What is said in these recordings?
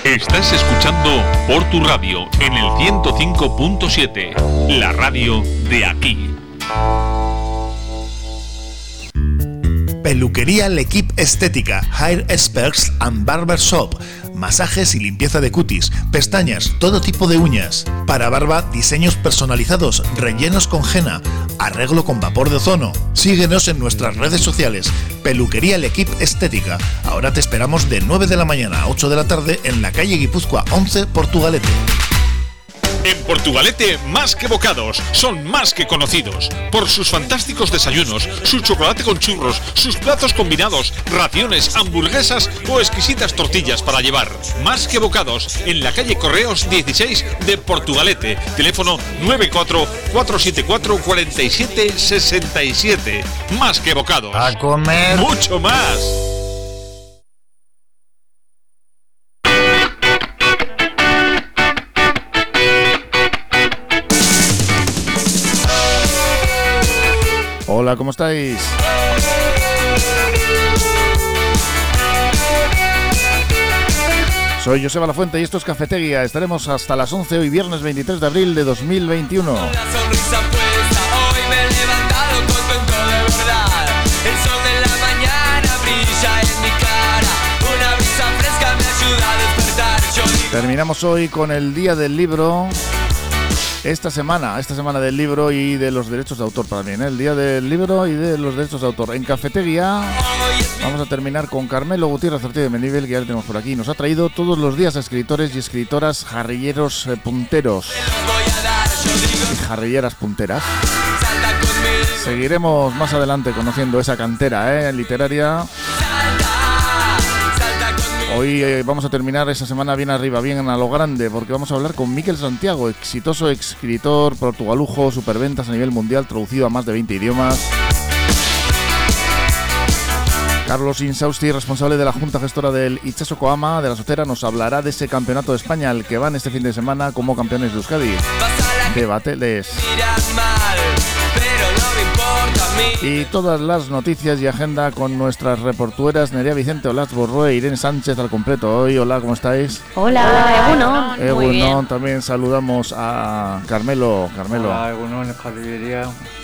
Estás escuchando Por Tu Radio en el 105.7, la radio de aquí. Peluquería L'Equipe Estética, Hair Experts and Barber Shop. Masajes y limpieza de cutis, pestañas, todo tipo de uñas. Para barba, diseños personalizados, rellenos con henna, arreglo con vapor de ozono. Síguenos en nuestras redes sociales. Peluquería L'Equipe Estética. Ahora te esperamos de 9 de la mañana a 8 de la tarde en la calle Guipúzcoa 11, Portugalete. En Portugalete, más que bocados, son más que conocidos. Por sus fantásticos desayunos, su chocolate con churros, sus platos combinados, raciones, hamburguesas o exquisitas tortillas para llevar. Más que bocados, en la calle Correos 16 de Portugalete. Teléfono 94-474-4767. Más que bocados. A comer. Mucho más. Hola, ¿cómo estáis? Soy Joseba Lafuente y esto es Cafetería. Estaremos hasta las 11 hoy viernes 23 de abril de 2021. Una sonrisa puesta, hoy me he levantado contento de verdad. El sol de la mañana brilla en mi cara. Una brisa fresca me ayuda a despertar. Terminamos hoy con el Día del Libro. Esta semana del libro y de los derechos de autor también, ¿eh? El Día del Libro y de los derechos de autor. En Cafetería vamos a terminar con Carmelo Gutiérrez Ortiz de Menivel, que ya lo tenemos por aquí. Nos ha traído todos los días a escritores y escritoras jarrilleros punteros y jarrilleras punteras. Seguiremos más adelante conociendo esa cantera literaria. Hoy vamos a terminar esa semana bien arriba, bien a lo grande, porque vamos a hablar con Miquel Santiago, exitoso escritor portugalujo, superventas a nivel mundial, traducido a más de 20 idiomas. Carlos Insausti, responsable de la Junta Gestora del Itxaso Coama de la Sotera, nos hablará de ese campeonato de España al que van este fin de semana como campeones de Euskadi. Debateles. Y todas las noticias y agenda con nuestras reportueras Nerea Vicente, Olaz Borroe, Irene Sánchez al completo hoy. Hola, ¿cómo estáis? Hola, Egunon. Egunon, también saludamos a Carmelo. Hola, Egunon, jardinería.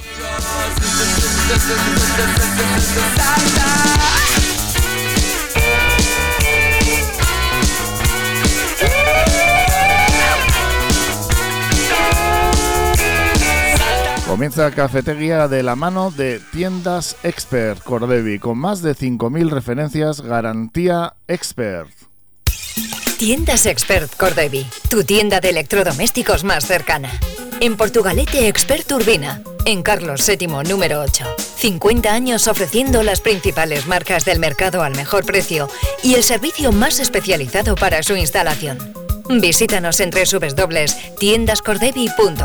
Comienza Cafetería de la mano de Tiendas Expert Cordevi, con más de 5.000 referencias, garantía Expert. Tiendas Expert Cordevi, tu tienda de electrodomésticos más cercana. En Portugalete Expert Urbina, en Carlos VII número 8. 50 años ofreciendo las principales marcas del mercado al mejor precio y el servicio más especializado para su instalación. Visítanos en www.tiendascordevi.com.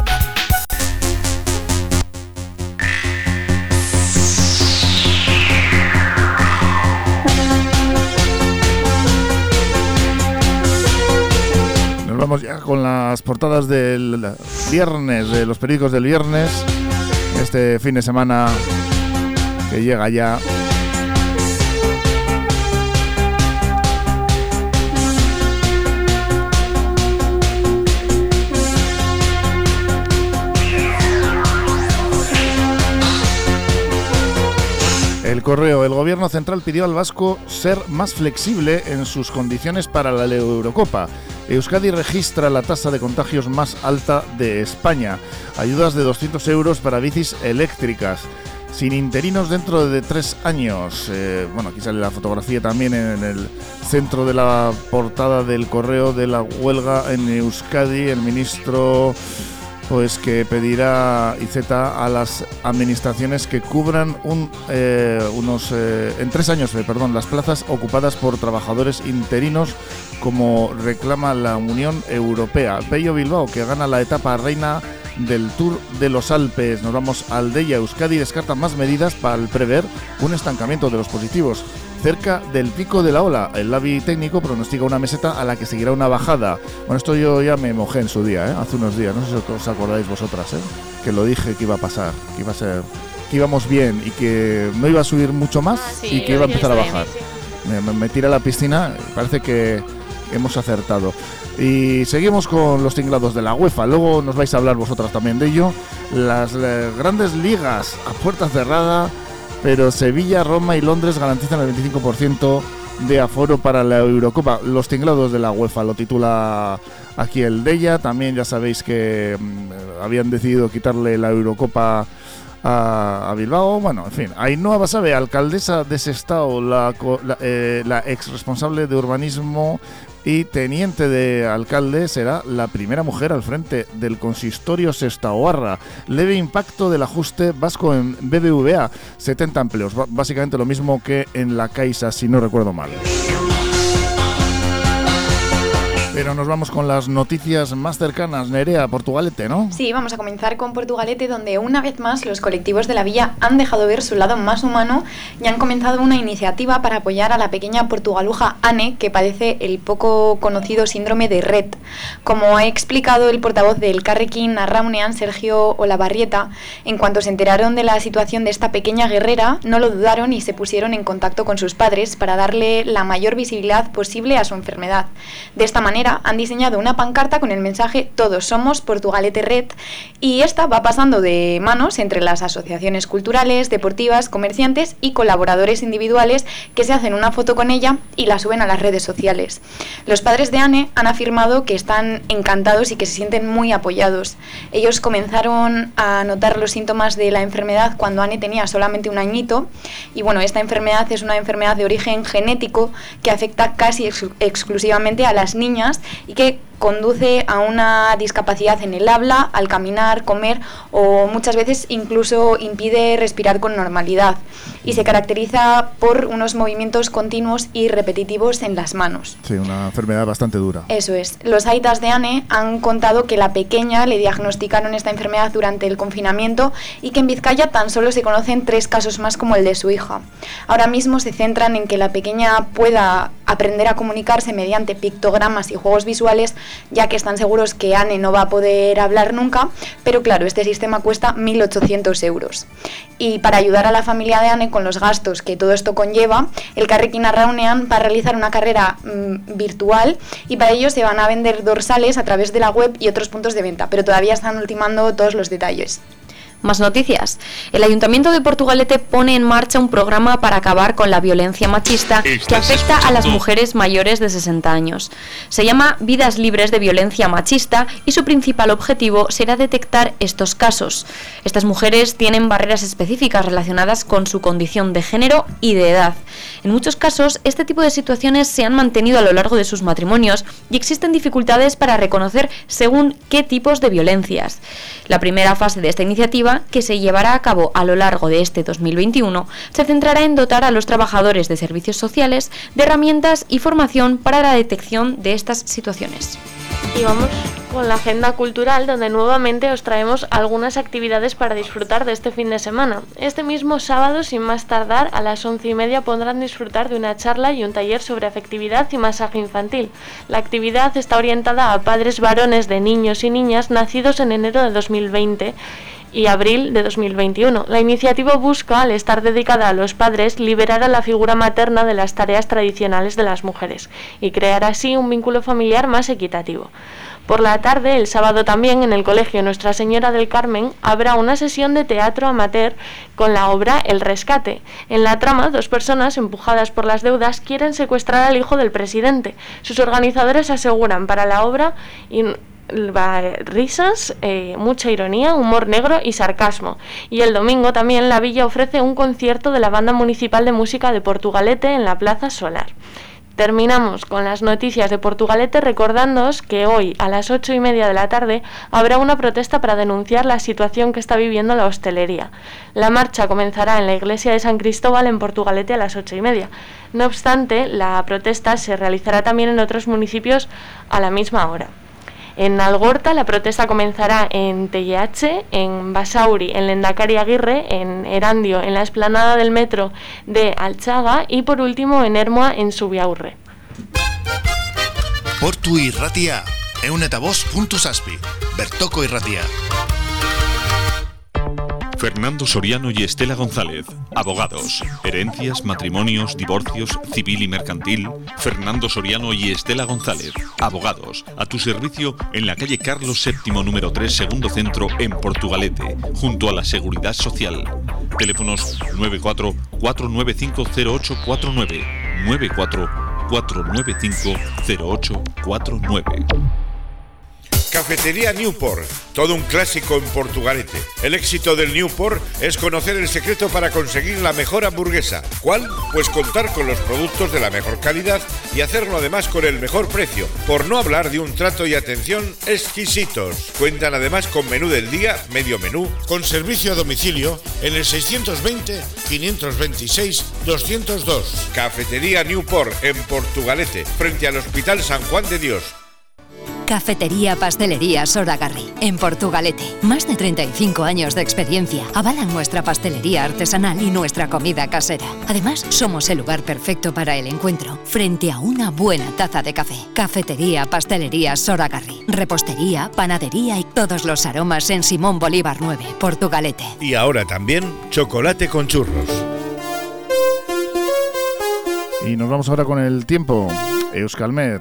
Vamos ya con las portadas del viernes, de los periódicos del viernes, este fin de semana que llega ya. El Correo. El Gobierno Central pidió al vasco ser más flexible en sus condiciones para la Eurocopa. Euskadi registra la tasa de contagios más alta de España. Ayudas de 200 euros para bicis eléctricas. Sin interinos dentro de 3 años. Aquí sale la fotografía también en el centro de la portada del Correo de la huelga en Euskadi. El ministro que pedirá a las administraciones que cubran en 3 años las plazas ocupadas por trabajadores interinos, como reclama la Unión Europea. Pello Bilbao, que gana la etapa reina del Tour de los Alpes. Nos vamos a Aldeia. Euskadi descarta más medidas para prever un estancamiento de los positivos cerca del pico de la ola. El Labi técnico pronostica una meseta a la que seguirá una bajada. Bueno, esto yo ya me mojé en su día, hace unos días, no sé si os acordáis vosotras, que lo dije que iba a pasar, que iba a ser, que íbamos bien y que no iba a subir mucho más y que iba a empezar a bajar. Me tiré a la piscina, parece que hemos acertado. Y seguimos con los tinglados de la UEFA. Luego nos vais a hablar vosotras también de ello. Las grandes ligas a puerta cerrada, pero Sevilla, Roma y Londres garantizan el 25% de aforo para la Eurocopa. Los tinglados de la UEFA, lo titula aquí el Deia. También ya sabéis que habían decidido quitarle la Eurocopa a Bilbao. Bueno, en fin, Ainhoa Basabe, alcaldesa de Sestao, la ex responsable de urbanismo y teniente de alcalde, será la primera mujer al frente del consistorio sestaoarra. Leve impacto del ajuste vasco en BBVA, 70 empleos, básicamente lo mismo que en la Caixa, si no recuerdo mal. Pero nos vamos con las noticias más cercanas. Nerea, Portugalete, ¿no? Sí, vamos a comenzar con Portugalete, donde una vez más los colectivos de la villa han dejado ver su lado más humano y han comenzado una iniciativa para apoyar a la pequeña portugaluja Anne, que padece el poco conocido síndrome de Rett. Como ha explicado el portavoz del Elkarrekin Arraunean, Sergio Olavarrieta, en cuanto se enteraron de la situación de esta pequeña guerrera, no lo dudaron y se pusieron en contacto con sus padres para darle la mayor visibilidad posible a su enfermedad. De esta manera han diseñado una pancarta con el mensaje "Todos somos Portugalete Rett", y esta va pasando de manos entre las asociaciones culturales, deportivas, comerciantes y colaboradores individuales que se hacen una foto con ella y la suben a las redes sociales. Los padres de Anne han afirmado que están encantados y que se sienten muy apoyados. Ellos comenzaron a notar los síntomas de la enfermedad cuando Anne tenía solamente un añito, y bueno, esta enfermedad es una enfermedad de origen genético que afecta casi exclusivamente a las niñas y que conduce a una discapacidad en el habla, al caminar, comer o muchas veces incluso impide respirar con normalidad, y se caracteriza por unos movimientos continuos y repetitivos en las manos. Sí, una enfermedad bastante dura. Eso es. Los aitas de Anne han contado que la pequeña le diagnosticaron esta enfermedad durante el confinamiento y que en Vizcaya tan solo se conocen 3 casos más como el de su hija. Ahora mismo se centran en que la pequeña pueda aprender a comunicarse mediante pictogramas y juegos visuales, ya que están seguros que Anne no va a poder hablar nunca, pero claro, este sistema cuesta 1.800 euros. Y para ayudar a la familia de Anne con los gastos que todo esto conlleva, el Elkarrekin Arraunean va a realizar una carrera virtual, y para ello se van a vender dorsales a través de la web y otros puntos de venta, pero todavía están ultimando todos los detalles. Más noticias. El Ayuntamiento de Portugalete pone en marcha un programa para acabar con la violencia machista que afecta a las mujeres mayores de 60 años. Se llama Vidas Libres de Violencia Machista y su principal objetivo será detectar estos casos. Estas mujeres tienen barreras específicas relacionadas con su condición de género y de edad. En muchos casos, este tipo de situaciones se han mantenido a lo largo de sus matrimonios y existen dificultades para reconocer según qué tipos de violencias. La primera fase de esta iniciativa, que se llevará a cabo a lo largo de este 2021, se centrará en dotar a los trabajadores de servicios sociales de herramientas y formación para la detección de estas situaciones. Y vamos con la agenda cultural, donde nuevamente os traemos algunas actividades para disfrutar de este fin de semana. Este mismo sábado, sin más tardar, a las 11:30 podrán disfrutar de una charla y un taller sobre afectividad y masaje infantil. La actividad está orientada a padres varones de niños y niñas nacidos en enero de 2020 y abril de 2021. La iniciativa busca, al estar dedicada a los padres, liberar a la figura materna de las tareas tradicionales de las mujeres y crear así un vínculo familiar más equitativo. Por la tarde, el sábado también, en el Colegio Nuestra Señora del Carmen, habrá una sesión de teatro amateur con la obra El Rescate. En la trama, 2 personas, empujadas por las deudas, quieren secuestrar al hijo del presidente. Sus organizadores aseguran para la obra risas, mucha ironía, humor negro y sarcasmo. Y el domingo también la villa ofrece un concierto de la Banda Municipal de Música de Portugalete en la Plaza Solar. Terminamos con las noticias de Portugalete recordándoos que hoy a las 8:30 de la tarde habrá una protesta para denunciar la situación que está viviendo la hostelería. La marcha comenzará en la iglesia de San Cristóbal en Portugalete a las 8:30. No obstante, la protesta se realizará también en otros municipios a la misma hora. En Algorta la protesta comenzará en Tellache, en Basauri, en Lendakari Aguirre, en Erandio, en la explanada del metro de Alchaga y por último en Ermua, en Subiaurre. Portu Irratia, eunetabost.zazpi, Bertoko Irratia. Fernando Soriano y Estela González, abogados. Herencias, matrimonios, divorcios, civil y mercantil. Fernando Soriano y Estela González, abogados. A tu servicio en la calle Carlos VII, número 3, segundo centro, en Portugalete, junto a la Seguridad Social. Teléfonos 94-495-0849, 94-495-0849. Cafetería Newport, todo un clásico en Portugalete. El éxito del Newport es conocer el secreto para conseguir la mejor hamburguesa. ¿Cuál? Pues contar con los productos de la mejor calidad y hacerlo además con el mejor precio, por no hablar de un trato y atención exquisitos. Cuentan además con menú del día, medio menú, con servicio a domicilio en el 620-526-202. Cafetería Newport en Portugalete, frente al Hospital San Juan de Dios. Cafetería Pastelería Soragarri, en Portugalete. Más de 35 años de experiencia avalan nuestra pastelería artesanal y nuestra comida casera. Además, somos el lugar perfecto para el encuentro, frente a una buena taza de café. Cafetería Pastelería Soragarri. Repostería, panadería y todos los aromas en Simón Bolívar 9, Portugalete. Y ahora también chocolate con churros. Y nos vamos ahora con el tiempo. Euskalmet.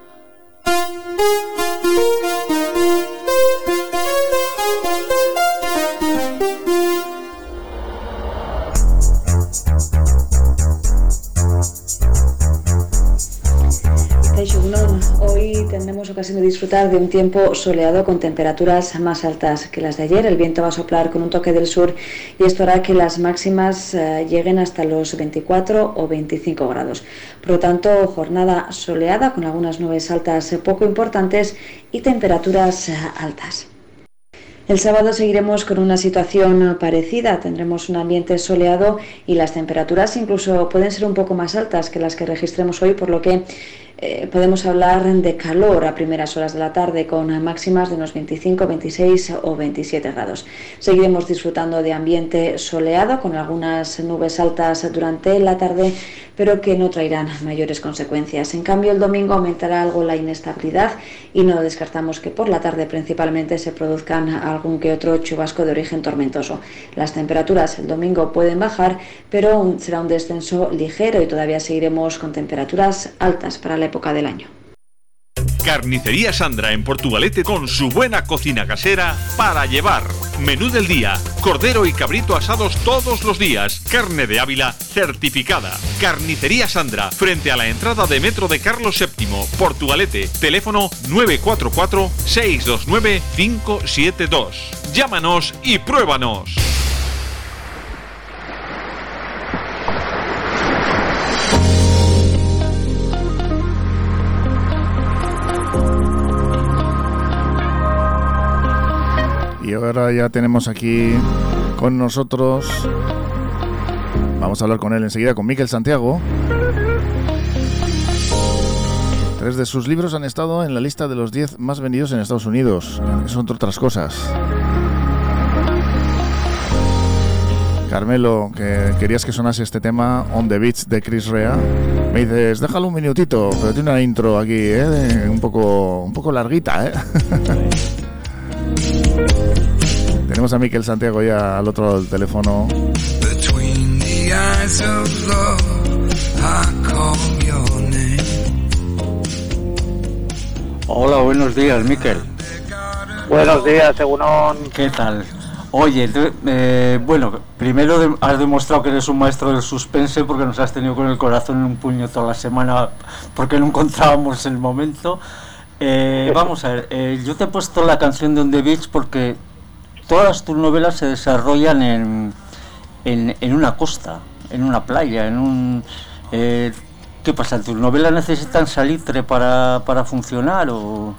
Hoy tendremos ocasión de disfrutar de un tiempo soleado con temperaturas más altas que las de ayer. El viento va a soplar con un toque del sur y esto hará que las máximas lleguen hasta los 24 o 25 grados. Por lo tanto, jornada soleada con algunas nubes altas poco importantes y temperaturas altas. El sábado seguiremos con una situación parecida, tendremos un ambiente soleado y las temperaturas incluso pueden ser un poco más altas que las que registremos hoy, por lo que podemos hablar de calor a primeras horas de la tarde con máximas de unos 25, 26 o 27 grados. Seguiremos disfrutando de ambiente soleado con algunas nubes altas durante la tarde, pero que no traerán mayores consecuencias. En cambio, el domingo aumentará algo la inestabilidad y no descartamos que por la tarde principalmente se produzcan algún que otro chubasco de origen tormentoso. Las temperaturas el domingo pueden bajar, pero será un descenso ligero y todavía seguiremos con temperaturas altas para la época del año. Carnicería Sandra en Portugalete con su buena cocina casera para llevar. Menú del día, cordero y cabrito asados todos los días, carne de Ávila certificada. Carnicería Sandra, frente a la entrada de metro de Carlos VII, Portugalete, teléfono 944-629-572. Llámanos y pruébanos. Y ahora ya tenemos aquí con nosotros, vamos a hablar con él enseguida, con Miquel Santiago. 3 de sus libros han estado en la lista de los 10 más vendidos en Estados Unidos, eso entre otras cosas. Carmelo, que querías que sonase este tema, On the Beach, de Chris Rea. Me dices, déjalo un minutito, pero tiene una intro aquí, un poco larguita, Tenemos a Miquel Santiago ya al otro lado del teléfono. Hola, buenos días, Miquel. Buenos días, Egunon. ¿Qué tal? Oye, bueno, primero has demostrado que eres un maestro del suspense porque nos has tenido con el corazón en un puño toda la semana porque no encontrábamos el momento. Vamos a ver, yo te he puesto la canción de On the Beach porque todas tus novelas se desarrollan en una costa, en una playa, ¿qué pasa? ¿Tus novelas necesitan salitre para funcionar o...?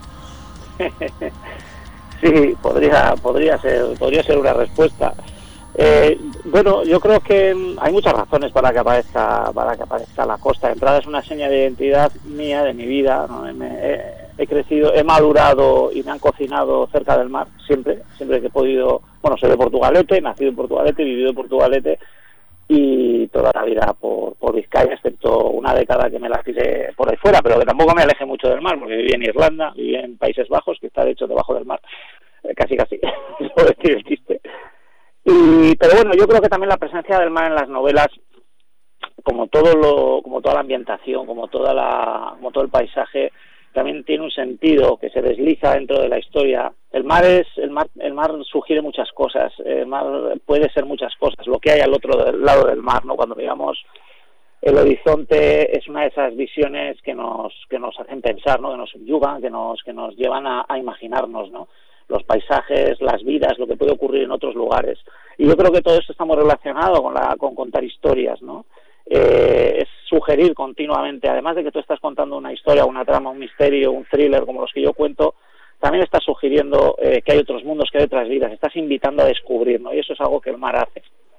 Sí, podría ser una respuesta. Bueno, yo creo que hay muchas razones para que aparezca la costa. De entrada es una seña de identidad mía, de mi vida, ¿no? He crecido, he madurado y me han cocinado cerca del mar, siempre que he podido. Bueno, soy de Portugalete, nacido en Portugalete, vivido en Portugalete y toda la vida por Vizcaya, excepto una década que me la tiré por ahí fuera, pero que tampoco me alejé mucho del mar, porque viví en Irlanda, viví en Países Bajos, que está de hecho debajo del mar, casi, puedo decir el chiste. Pero bueno, yo creo que también la presencia del mar en las novelas, como toda la ambientación, como todo el paisaje, también tiene un sentido que se desliza dentro de la historia. El mar sugiere muchas cosas, el mar puede ser muchas cosas, lo que hay al otro lado del mar, ¿no? Cuando digamos el horizonte es una de esas visiones que nos hacen pensar, ¿no? Que nos subyugan, que nos llevan a imaginarnos, ¿no? Los paisajes, las vidas, lo que puede ocurrir en otros lugares. Y yo creo que todo esto está muy relacionado con contar historias, ¿no? Es sugerir continuamente, además de que tú estás contando una historia, una trama, un misterio, un thriller como los que yo cuento, también estás sugiriendo que hay otros mundos, que hay otras vidas, estás invitando a descubrir, ¿no? Y eso es algo que el mar hace.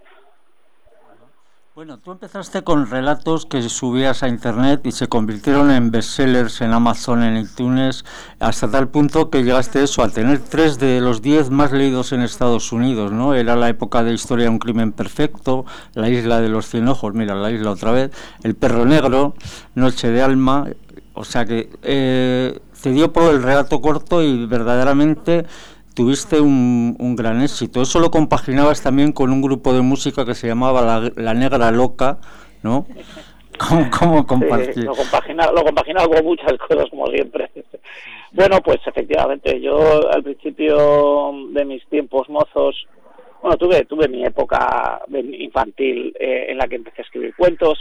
Bueno, tú empezaste con relatos que subías a internet y se convirtieron en bestsellers en Amazon, en iTunes, hasta tal punto que llegaste a tener 3 de los 10 más leídos en Estados Unidos, ¿no? Era la época de Historia de un crimen perfecto, La isla de los 100 ojos, mira, la isla otra vez, El perro negro, Noche de alma, o sea que te dio por el relato corto y verdaderamente tuviste un gran éxito. Eso lo compaginabas también con un grupo de música que se llamaba La Negra Loca, ¿no? ¿Cómo compartir? Sí, lo compaginaba con muchas cosas, como siempre. Bueno, pues efectivamente, yo al principio de mis tiempos mozos, bueno, tuve mi época infantil en la que empecé a escribir cuentos.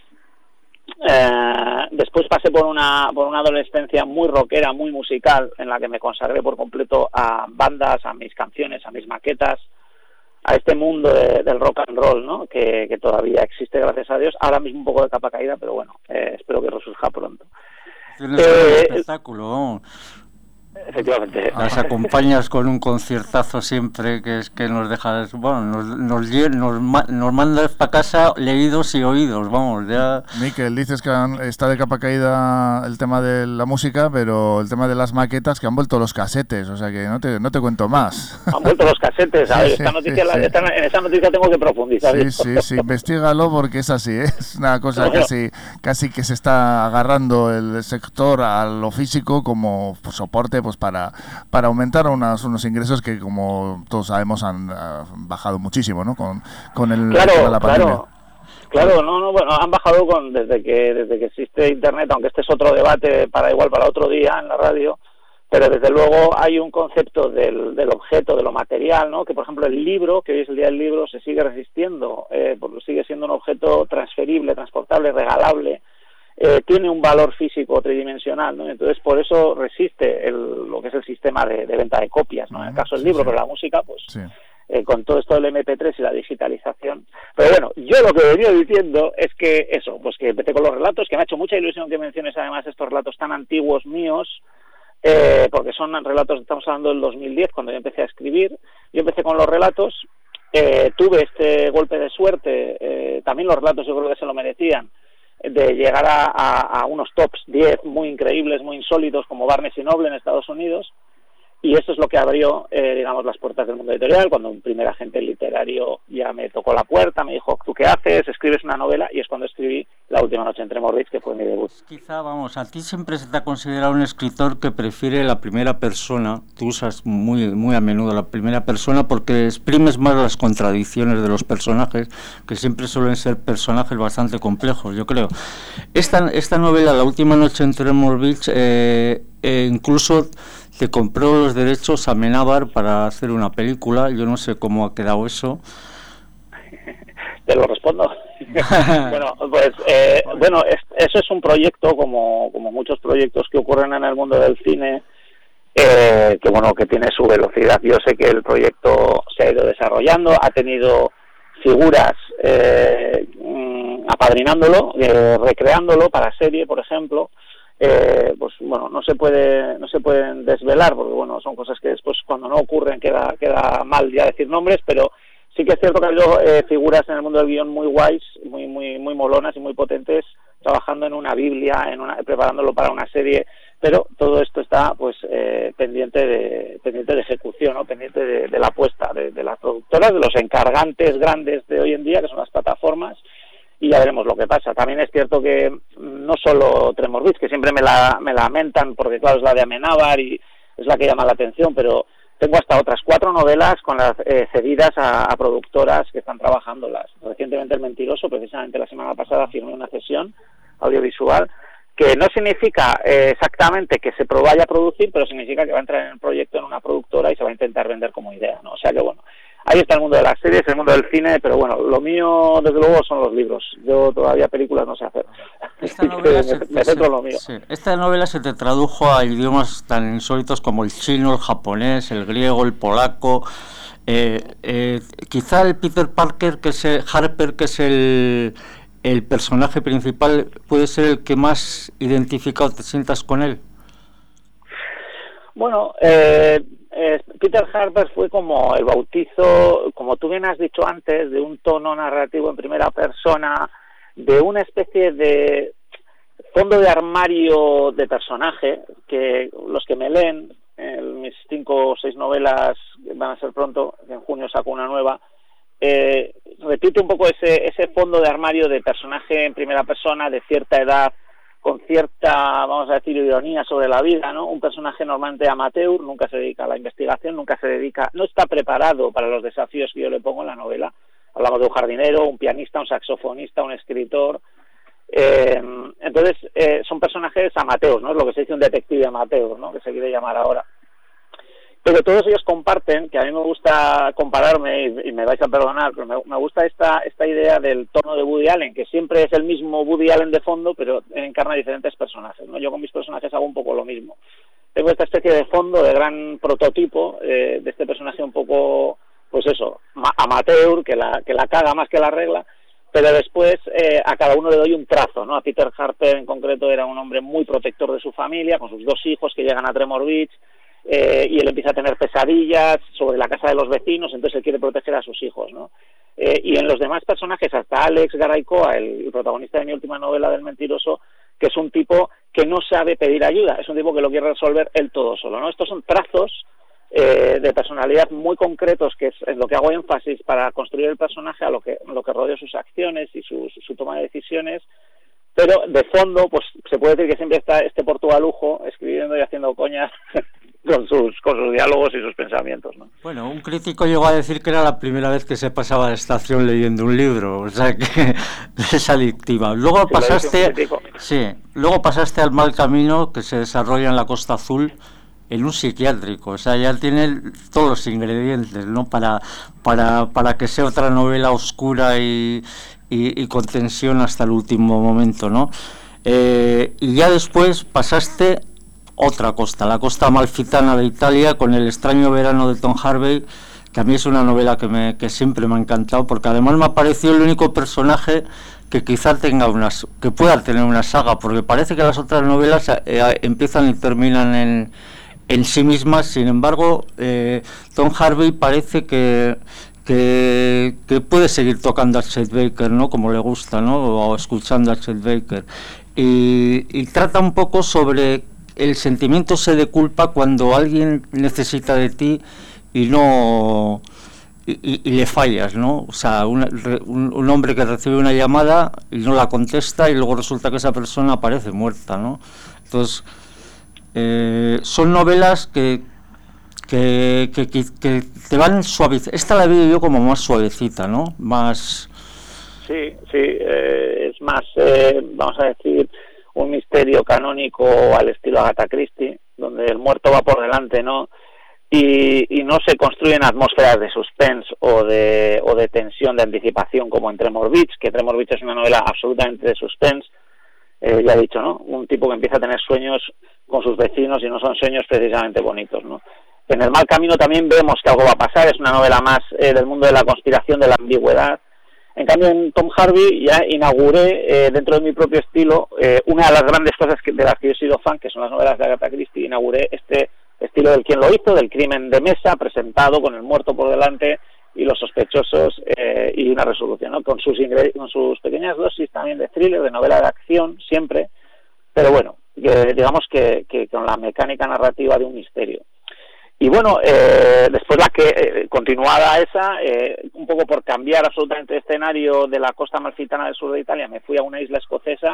Después pasé por una adolescencia muy rockera, muy musical, en la que me consagré por completo a bandas, a mis canciones, a mis maquetas, a este mundo del rock and roll, ¿no? Que todavía existe, gracias a Dios. Ahora mismo un poco de capa caída, pero bueno, espero que resurja pronto. Tienes un espectáculo. Efectivamente. Las acompañas con un conciertazo siempre, que es que nos dejas, bueno, nos mandas para casa leídos y oídos, vamos, ya. Miquel, dices que está de capa caída el tema de la música, pero el tema de las maquetas, que han vuelto los casetes, o sea que no te cuento más. Han vuelto los casetes, a ver, en esa noticia tengo que profundizar. Sí, investígalo porque es así, ¿eh? Es una cosa casi que se está agarrando el sector a lo físico como soporte pues para aumentar unos ingresos que, como todos sabemos, han bajado muchísimo, ¿no? Con la pandemia. Claro, bueno, han bajado desde que existe internet, aunque este es otro debate para otro día en la radio, pero desde luego hay un concepto del objeto, de lo material, ¿no? Que por ejemplo el libro, que hoy es el día del libro, se sigue resistiendo, porque sigue siendo un objeto transferible, transportable, regalable. Tiene un valor físico tridimensional, ¿no? Entonces por eso resiste lo que es el sistema de venta de copias, ¿no? En el caso del libro, pero la música, pues con todo esto del MP3 y la digitalización. Pero bueno, yo lo que venía diciendo es que eso, pues que empecé con los relatos, que me ha hecho mucha ilusión que menciones además estos relatos tan antiguos míos, porque son relatos, estamos hablando del 2010, cuando yo empecé a escribir. Yo empecé con los relatos, tuve este golpe de suerte, también los relatos yo creo que se lo merecían, de llegar a unos tops 10 muy increíbles, muy insólitos, como Barnes y Noble en Estados Unidos, y eso es lo que abrió, digamos, las puertas del mundo editorial, cuando un primer agente literario ya me tocó la puerta, me dijo, ¿tú qué haces? ¿Escribes una novela? Y es cuando escribí La última noche en Tremor Beach, que fue mi debut. Quizá, vamos, a ti siempre se te ha considerado un escritor que prefiere la primera persona. Tú usas muy, muy a menudo la primera persona porque exprimes más las contradicciones de los personajes, que siempre suelen ser personajes bastante complejos, yo creo. Esta novela, La última noche en Tremor Beach, incluso te compró los derechos a Amenábar para hacer una película. Yo no sé cómo ha quedado eso. Te lo respondo. Bueno, pues eso es un proyecto como muchos proyectos que ocurren en el mundo del cine, que tiene su velocidad. Yo sé que el proyecto se ha ido desarrollando, ha tenido figuras apadrinándolo, recreándolo para serie, por ejemplo. Pues bueno, no se pueden desvelar porque bueno, son cosas que después cuando no ocurren queda mal ya decir nombres, pero sí que es cierto que ha habido figuras en el mundo del guión muy guays, muy molonas y muy potentes, trabajando en una Biblia, preparándolo para una serie, pero todo esto está pues pendiente de ejecución, ¿no? Pendiente de la apuesta de las productoras, de los encargantes grandes de hoy en día, que son las plataformas. Y ya veremos lo que pasa. También es cierto que no solo Tremor Beach, que siempre me la mentan, porque claro, es la de Amenábar y es la que llama la atención, pero tengo hasta otras 4 novelas con las cedidas a productoras que están trabajándolas. Recientemente El Mentiroso, precisamente la semana pasada firmé una cesión audiovisual, que no significa exactamente que se vaya a producir, pero significa que va a entrar en el proyecto en una productora y se va a intentar vender como idea, ¿no? O sea que bueno, ahí está el mundo de las series, el mundo del cine, pero bueno, lo mío desde luego son los libros. Yo todavía películas no sé hacer. Esta novela me centro en lo mío. Sí. Esta novela se te tradujo a idiomas tan insólitos como el chino, el japonés, el griego, el polaco. Quizá el Peter Parker, Harper, que es el personaje principal, puede ser el que más identificado te sientas con él. Bueno, Peter Harper fue como el bautizo, como tú bien has dicho antes, de un tono narrativo en primera persona, de una especie de fondo de armario de personaje, que los que me leen, mis 5 o 6 novelas van a ser pronto, en junio saco una nueva, repite un poco ese fondo de armario de personaje en primera persona, de cierta edad, con cierta, vamos a decir, ironía sobre la vida, ¿no? Un personaje normalmente amateur, nunca se dedica a la investigación, no está preparado para los desafíos que yo le pongo en la novela. Hablamos de un jardinero, un pianista, un saxofonista, un escritor. Entonces, son personajes amateurs, ¿no? Es lo que se dice un detective amateur, ¿no? Que se quiere llamar ahora. Pero todos ellos comparten, que a mí me gusta compararme, y me vais a perdonar, pero me gusta esta idea del tono de Woody Allen, que siempre es el mismo Woody Allen de fondo, pero encarna diferentes personajes, ¿no? Yo con mis personajes hago un poco lo mismo. Tengo esta especie de fondo, de gran prototipo, de este personaje un poco, pues eso, amateur, que la caga más que la arregla, pero después a cada uno le doy un trazo, ¿no? A Peter Harper en concreto era un hombre muy protector de su familia, con sus 2 hijos que llegan a Tremor Beach, y él empieza a tener pesadillas sobre la casa de los vecinos, entonces él quiere proteger a sus hijos, ¿no? Y en los demás personajes, hasta Alex Garaycoa, el protagonista de mi última novela del Mentiroso, que es un tipo que no sabe pedir ayuda, es un tipo que lo quiere resolver él todo solo, ¿no? Estos son trazos de personalidad muy concretos, que es en lo que hago énfasis para construir el personaje, a lo que rodea sus acciones y su toma de decisiones. Pero de fondo, pues se puede decir que siempre está este portugalujo escribiendo y haciendo coñas con sus diálogos y sus pensamientos, ¿no? Bueno, un crítico llegó a decir que era la primera vez que se pasaba la estación leyendo un libro, o sea que es adictiva. Luego pasaste al Mal Camino, que se desarrolla en la Costa Azul, en un psiquiátrico, o sea, ya tiene todos los ingredientes, ¿no? Para que sea otra novela oscura y con tensión hasta el último momento, ¿no? Y ya después pasaste otra costa, la costa amalfitana de Italia, con El extraño verano de Tom Harvey, que a mí es una novela que siempre me ha encantado, porque además me ha parecido el único personaje que quizá que pueda tener una saga, porque parece que las otras novelas empiezan y terminan en sí mismas. Sin embargo, Tom Harvey parece que puede seguir tocando a Chet Baker, ¿no? Como le gusta, ¿no? O escuchando a Chet Baker. Y trata un poco sobre el sentimiento ese de culpa cuando alguien necesita de ti y no y le fallas, ¿no? O sea, un hombre que recibe una llamada y no la contesta y luego resulta que esa persona aparece muerta, ¿no? Entonces, son novelas que te van suavizando. Esta la veo yo como más suavecita, ¿no? Más... Sí, es más, vamos a decir, un misterio canónico al estilo Agatha Christie, donde el muerto va por delante, ¿no? Y no se construyen atmósferas de suspense o de tensión, de anticipación, como en Tremor Beach, que Tremor Beach es una novela absolutamente de suspense. Ya he dicho, ¿no? Un tipo que empieza a tener sueños con sus vecinos y no son sueños precisamente bonitos, ¿no? En El Mal Camino también vemos que algo va a pasar, es una novela más del mundo de la conspiración, de la ambigüedad. En cambio, en Tom Harvey ya inauguré, dentro de mi propio estilo, una de las grandes cosas de las que yo he sido fan, que son las novelas de Agatha Christie. Inauguré este estilo del quién lo hizo, del crimen de mesa, presentado con el muerto por delante y los sospechosos, y una resolución, ¿no? Con sus pequeñas dosis también de thriller, de novela de acción, siempre, pero bueno, digamos que con la mecánica narrativa de un misterio. Y bueno, después continuada esa, un poco por cambiar absolutamente de escenario de la costa amalfitana del sur de Italia, me fui a una isla escocesa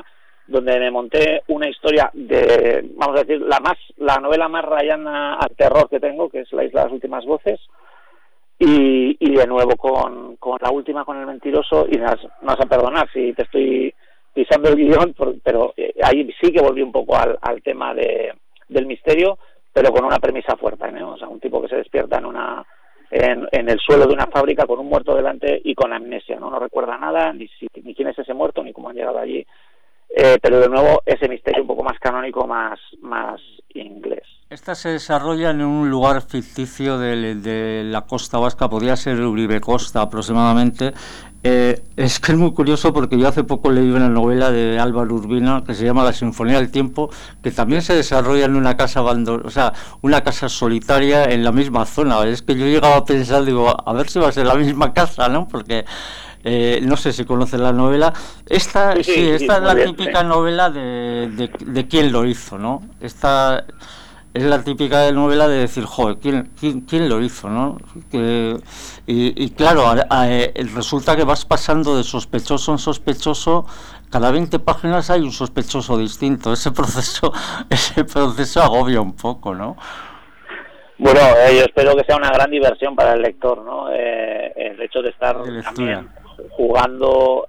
donde me monté una historia de, vamos a decir, la novela más rayana al terror que tengo, que es La isla de las últimas voces, y de nuevo con la última, con El mentiroso, y me vas a perdonar si te estoy pisando el guión, pero ahí sí que volví un poco al tema del misterio, pero con una premisa fuerte, ¿no? O sea, un tipo que se despierta en el suelo de una fábrica con un muerto delante y con amnesia, no recuerda nada, ni quién es ese muerto, ni cómo han llegado allí. Pero de nuevo ese misterio un poco más canónico, más inglés. Esta se desarrolla en un lugar ficticio de la costa vasca, podría ser Uribe Costa aproximadamente. Es que es muy curioso porque yo hace poco leí una novela de Álvaro Urbina que se llama La Sinfonía del Tiempo, que también se desarrolla en una casa una casa solitaria en la misma zona. Es que yo llegaba a pensar, digo, a ver si va a ser la misma casa, ¿no? Porque no sé si conocen la novela. Esta es la típica novela de quién lo hizo, ¿no? Esta es la típica novela de decir, joder, ¿quién lo hizo, no? Y claro, resulta que vas pasando de sospechoso en sospechoso. Cada 20 páginas hay un sospechoso distinto. Ese proceso agobia un poco, ¿no? Bueno, yo espero que sea una gran diversión para el lector, ¿no? El hecho de estar también jugando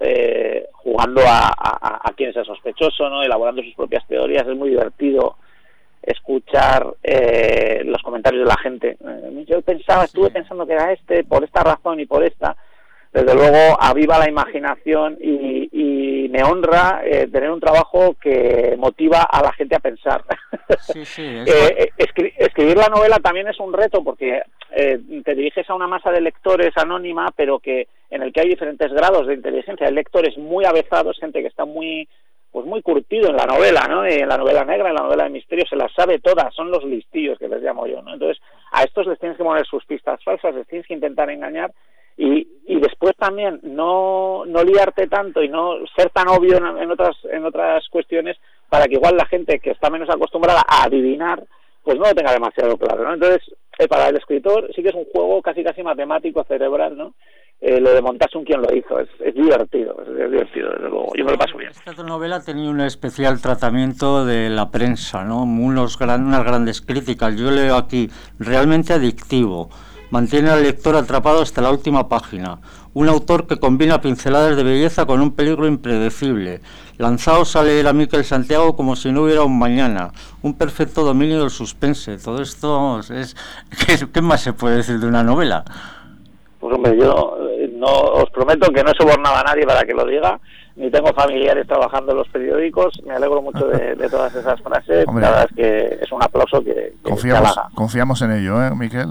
a quién es el sospechoso, ¿no? Elaborando sus propias teorías. Es muy divertido escuchar los comentarios de la gente. Yo estuve pensando que era por esta razón y por esta. Desde luego aviva la imaginación y me honra tener un trabajo que motiva a la gente a pensar. Escribir la novela también es un reto porque te diriges a una masa de lectores anónima, pero en el que hay diferentes grados de inteligencia. Hay lectores muy avezados, gente que está muy curtido en la novela, ¿no? En la novela negra, en la novela de misterio, se las sabe todas, son los listillos que les llamo yo, ¿no? Entonces, a estos les tienes que poner sus pistas falsas, les tienes que intentar engañar y después también no liarte tanto y no ser tan obvio en otras cuestiones para que igual la gente que está menos acostumbrada a adivinar, pues no lo tenga demasiado claro, ¿no? Entonces, para el escritor sí que es un juego casi matemático, cerebral, ¿no? Lo de montarse un quién lo hizo, es divertido, desde luego, yo me lo paso bien. Esta novela tenía un especial tratamiento de la prensa, ¿no? Unas grandes críticas. Yo leo aquí, realmente adictivo, mantiene al lector atrapado hasta la última página, un autor que combina pinceladas de belleza con un peligro impredecible, lanzaos a leer a Miquel Santiago como si no hubiera un mañana, un perfecto dominio del suspense. Todo esto ¿qué más se puede decir de una novela? Pues hombre, yo no os prometo que no he sobornado a nadie para que lo diga, ni tengo familiares trabajando en los periódicos, me alegro mucho de todas esas frases. Hombre, la verdad es que es un aplauso que confiamos en ello, Miquel.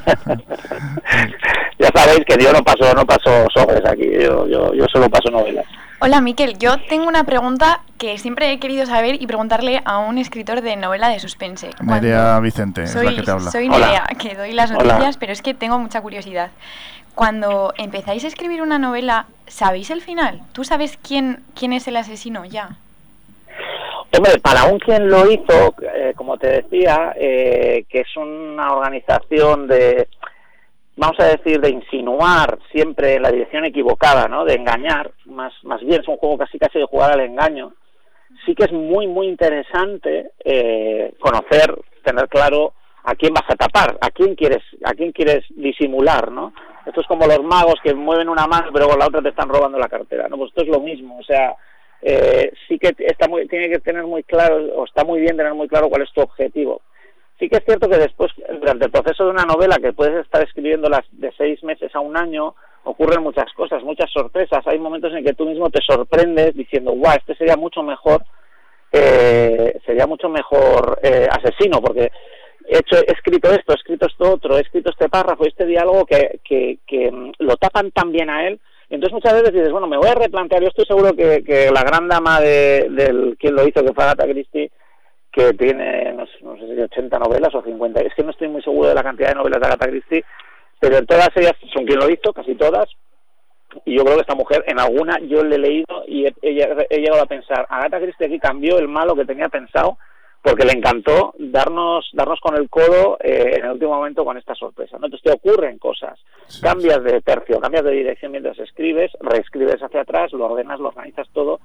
Ya sabéis que yo no paso sobres aquí, yo solo paso novelas. Hola Miquel, yo tengo una pregunta que siempre he querido saber y preguntarle a un escritor de novela de suspense. Nerea Vicente es la que te habla. Soy Nerea, que doy las noticias, pero es que tengo mucha curiosidad. Cuando empezáis a escribir una novela, ¿sabéis el final? ¿Tú sabes quién es el asesino ya? Hombre, para un quien lo hizo, como te decía, que es una organización vamos a decir, de insinuar siempre en la dirección equivocada, ¿no? De engañar, más bien es un juego casi de jugar al engaño. Sí que es muy interesante conocer, tener claro a quién vas a tapar, a quién quieres disimular, ¿no? Esto es como los magos que mueven una mano pero con la otra te están robando la cartera, ¿no? Pues esto es lo mismo, o sea, sí que tiene que tener muy claro, o está muy bien tener muy claro cuál es tu objetivo. Sí que es cierto que después, durante el proceso de una novela que puedes estar escribiéndolas de 6 meses a un año, ocurren muchas cosas, muchas sorpresas. Hay momentos en que tú mismo te sorprendes diciendo, guau, este sería mucho mejor asesino, porque he escrito esto otro, he escrito este párrafo, este diálogo que lo tapan tan bien a él. Entonces muchas veces dices, bueno, me voy a replantear. Yo estoy seguro que la gran dama del quien lo hizo, que fue Agatha Christie, que tiene, no sé si 80 novelas o 50, es que no estoy muy seguro de la cantidad de novelas de Agatha Christie, pero en todas ellas son quien lo hizo, casi todas, y yo creo que esta mujer, en alguna, yo le he leído y he llegado a pensar, Agatha Christie aquí cambió el malo que tenía pensado, porque le encantó darnos con el codo en el último momento con esta sorpresa, ¿no? Entonces te ocurren cosas, cambias de tercio, cambias de dirección mientras escribes, reescribes hacia atrás, lo ordenas, lo organizas todo,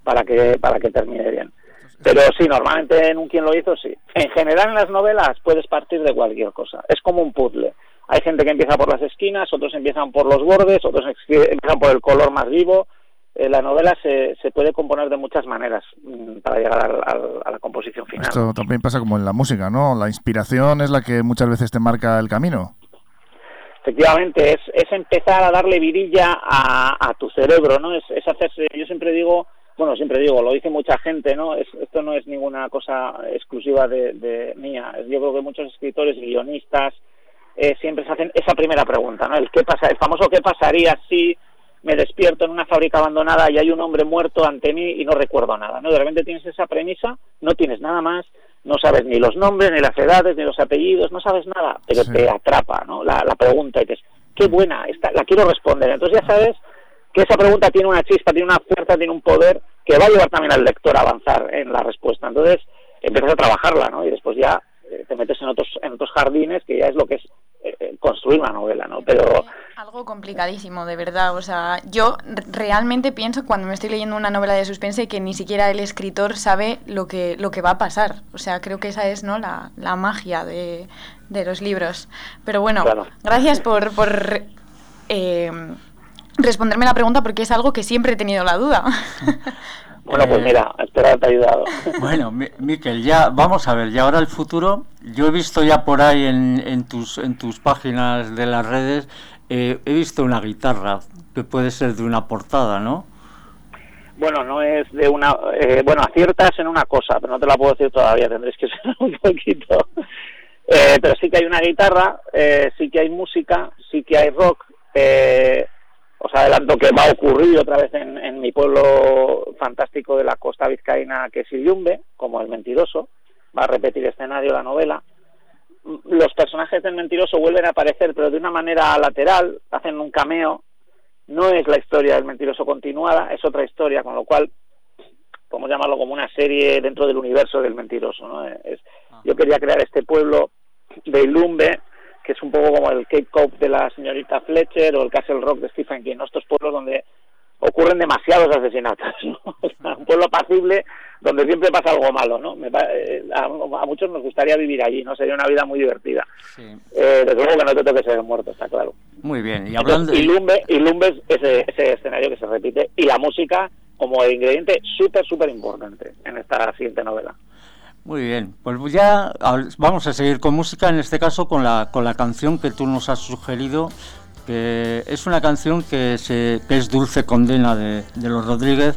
para que termine bien. Pero sí, normalmente en un quien lo hizo, sí. En general en las novelas puedes partir de cualquier cosa, es como un puzzle. Hay gente que empieza por las esquinas, otros empiezan por los bordes, otros empiezan por el color más vivo. La novela se puede componer de muchas maneras para llegar a la composición final. Esto también pasa como en la música, ¿no? La inspiración es la que muchas veces te marca el camino. Efectivamente, es empezar a darle vidilla a tu cerebro, ¿no? Es hacerse, yo siempre digo, lo dice mucha gente, ¿no? Esto no es ninguna cosa exclusiva de mía. Yo creo que muchos escritores y guionistas siempre se hacen esa primera pregunta, ¿no? El famoso ¿qué pasaría si me despierto en una fábrica abandonada y hay un hombre muerto ante mí y no recuerdo nada, ¿no? De repente tienes esa premisa, no tienes nada más, no sabes ni los nombres, ni las edades, ni los apellidos, no sabes nada, pero sí, te atrapa, ¿no? La pregunta y dices, qué buena, la quiero responder. Entonces ya sabes que esa pregunta tiene una chispa, tiene una fuerza, tiene un poder que va a llevar también al lector a avanzar en la respuesta. Entonces empiezas a trabajarla, ¿no? Y después ya te metes en otros jardines, que ya es lo que es construir una novela, ¿no? Pero algo complicadísimo, de verdad. O sea, yo realmente pienso cuando me estoy leyendo una novela de suspense que ni siquiera el escritor sabe lo que va a pasar. O sea, creo que esa es, ¿no?, la magia de los libros. Pero bueno, claro, gracias por responderme la pregunta, porque es algo que siempre he tenido la duda. Bueno, pues mira, espero haberte ayudado. Bueno, Miquel, ya vamos a ver, y ahora el futuro. Yo he visto ya por ahí en tus páginas de las redes, he visto una guitarra que puede ser de una portada, ¿no? Bueno, no es de una... aciertas en una cosa, pero no te la puedo decir todavía, tendréis que ser un poquito. Pero sí que hay una guitarra, sí que hay música, sí que hay rock. Os adelanto que va a ocurrir otra vez en mi pueblo fantástico de la costa vizcaína, que es Illumbe, como El Mentiroso. Va a repetir escenario la novela. Los personajes del Mentiroso vuelven a aparecer, pero de una manera lateral, hacen un cameo. No es la historia del Mentiroso continuada, es otra historia, con lo cual podemos llamarlo como una serie dentro del universo del Mentiroso, ¿no? Yo quería crear este pueblo de Illumbe, que es un poco como el Cape Cod de la señorita Fletcher o el Castle Rock de Stephen King, ¿no? Estos pueblos donde ocurren demasiados asesinatos, ¿no? Un pueblo apacible donde siempre pasa algo malo, ¿no? A muchos nos gustaría vivir allí, ¿no? Sería una vida muy divertida. Sí. Desde luego que no te toque ser muerto, está claro. Muy bien. Y hablando de Illumbe es ese escenario que se repite, y la música como ingrediente súper importante en esta siguiente novela. Muy bien, pues ya vamos a seguir con música, en este caso con la canción que tú nos has sugerido, que es una canción que es Dulce Condena de los Rodríguez.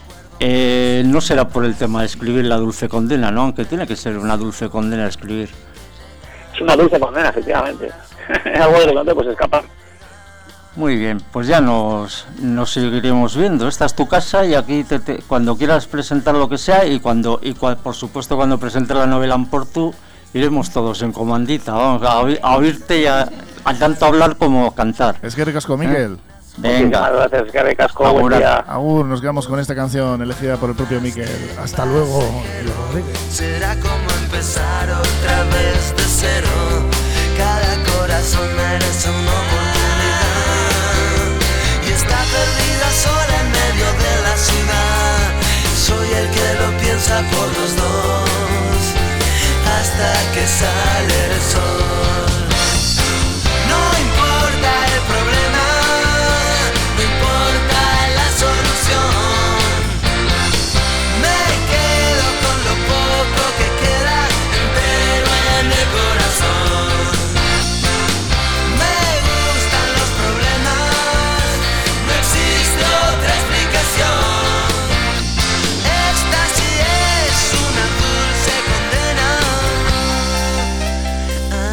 No será por el tema de escribir la dulce condena, ¿no? Aunque tiene que ser una dulce condena escribir. Es una dulce condena, efectivamente. Algo de lo que pues escapar. Muy bien, pues ya nos seguiremos viendo. Esta es tu casa y aquí cuando quieras presentar lo que sea y por supuesto cuando presentes la novela en Portu, iremos todos en comandita. Vamos a oírte y a tanto hablar como cantar. Es que ricasco, Miquel. Venga. Muchas gracias, es que ricasco. Buen día. Agur, nos quedamos con esta canción elegida por el propio Miquel. Hasta luego. Será como empezar otra vez de cero. Cada corazón merece una oportunidad y está perdida sola en medio de la ciudad. Soy el que lo piensa por los dos hasta que sale el sol. No importa el problema, no importa la solución. Me quedo con lo poco que queda entero en el corazón. Me gustan los problemas, no existe otra explicación. Esta sí es una dulce condena.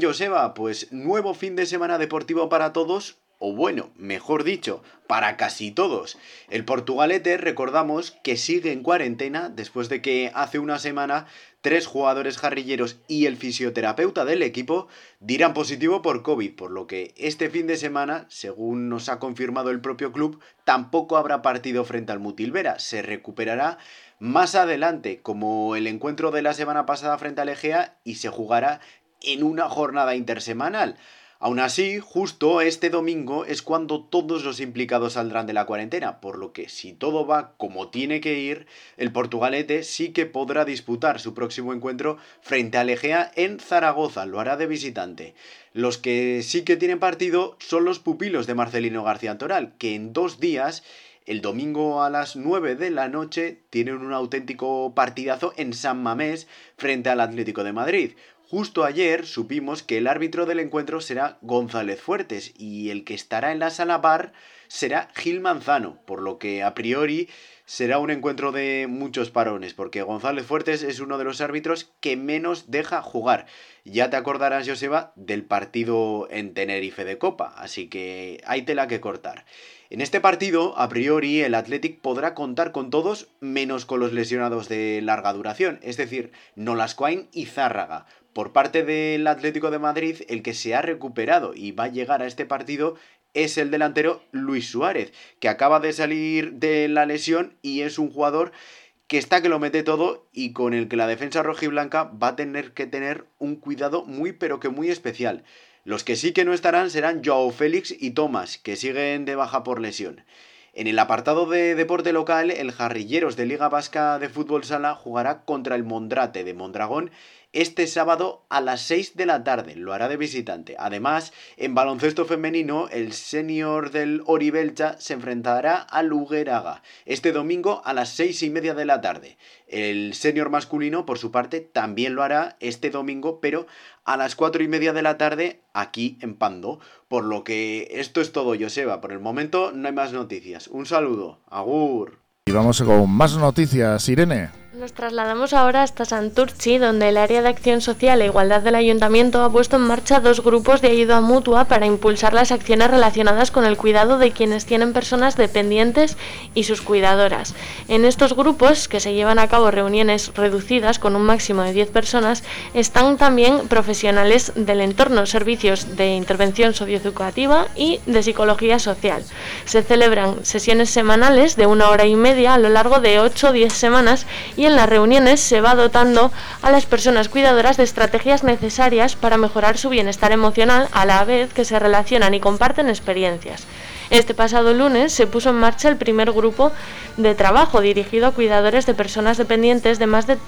Joseba, pues nuevo fin de semana deportivo para todos, o bueno, mejor dicho, para casi todos. El Portugalete, recordamos que sigue en cuarentena después de que hace una semana 3 jugadores jarrilleros y el fisioterapeuta del equipo dieran positivo por COVID, por lo que este fin de semana, según nos ha confirmado el propio club, tampoco habrá partido frente al Mutilvera, se recuperará más adelante, como el encuentro de la semana pasada frente al Egea, y se jugará en una jornada intersemanal. Aún así, justo este domingo es cuando todos los implicados saldrán de la cuarentena, por lo que si todo va como tiene que ir, el Portugalete sí que podrá disputar su próximo encuentro frente al Egea en Zaragoza, lo hará de visitante. Los que sí que tienen partido son los pupilos de Marcelino García Toral, que en 2 días, el domingo a las 9 de la noche, tienen un auténtico partidazo en San Mamés frente al Atlético de Madrid. Justo ayer supimos que el árbitro del encuentro será González Fuertes y el que estará en la sala VAR será Gil Manzano, por lo que a priori será un encuentro de muchos parones, porque González Fuertes es uno de los árbitros que menos deja jugar. Ya te acordarás, Joseba, del partido en Tenerife de Copa, así que hay tela que cortar. En este partido, a priori, el Athletic podrá contar con todos menos con los lesionados de larga duración, es decir, Nolascoain y Zárraga. Por parte del Atlético de Madrid, el que se ha recuperado y va a llegar a este partido es el delantero Luis Suárez, que acaba de salir de la lesión y es un jugador que está que lo mete todo y con el que la defensa rojiblanca va a tener que tener un cuidado muy pero que muy especial. Los que sí que no estarán serán Joao Félix y Tomás, que siguen de baja por lesión. En el apartado de deporte local, el Jarrilleros de Liga Vasca de Fútbol Sala jugará contra el Mondrate de Mondragón este sábado a las 6 de la tarde, lo hará de visitante. Además, en baloncesto femenino, el senior del Oribelcha se enfrentará al Hugueraga este domingo a las 6:30 de la tarde. El senior masculino, por su parte, también lo hará este domingo, pero a las 4:30 de la tarde aquí en Pando. Por lo que esto es todo, Joseba. Por el momento no hay más noticias. Un saludo. Agur. Y vamos con más noticias, Irene. Nos trasladamos ahora hasta Santurtzi, donde el Área de Acción Social e Igualdad del Ayuntamiento ha puesto en marcha 2 grupos de ayuda mutua para impulsar las acciones relacionadas con el cuidado de quienes tienen personas dependientes y sus cuidadoras. En estos grupos, que se llevan a cabo reuniones reducidas con un máximo de 10 personas, están también profesionales del entorno, servicios de intervención socioeducativa y de psicología social. Se celebran sesiones semanales de 1 hora y media a lo largo de 8 o 10 semanas y en las reuniones se va dotando a las personas cuidadoras de estrategias necesarias para mejorar su bienestar emocional, a la vez que se relacionan y comparten experiencias. Este pasado lunes se puso en marcha el primer grupo de trabajo dirigido a cuidadores de personas dependientes de más de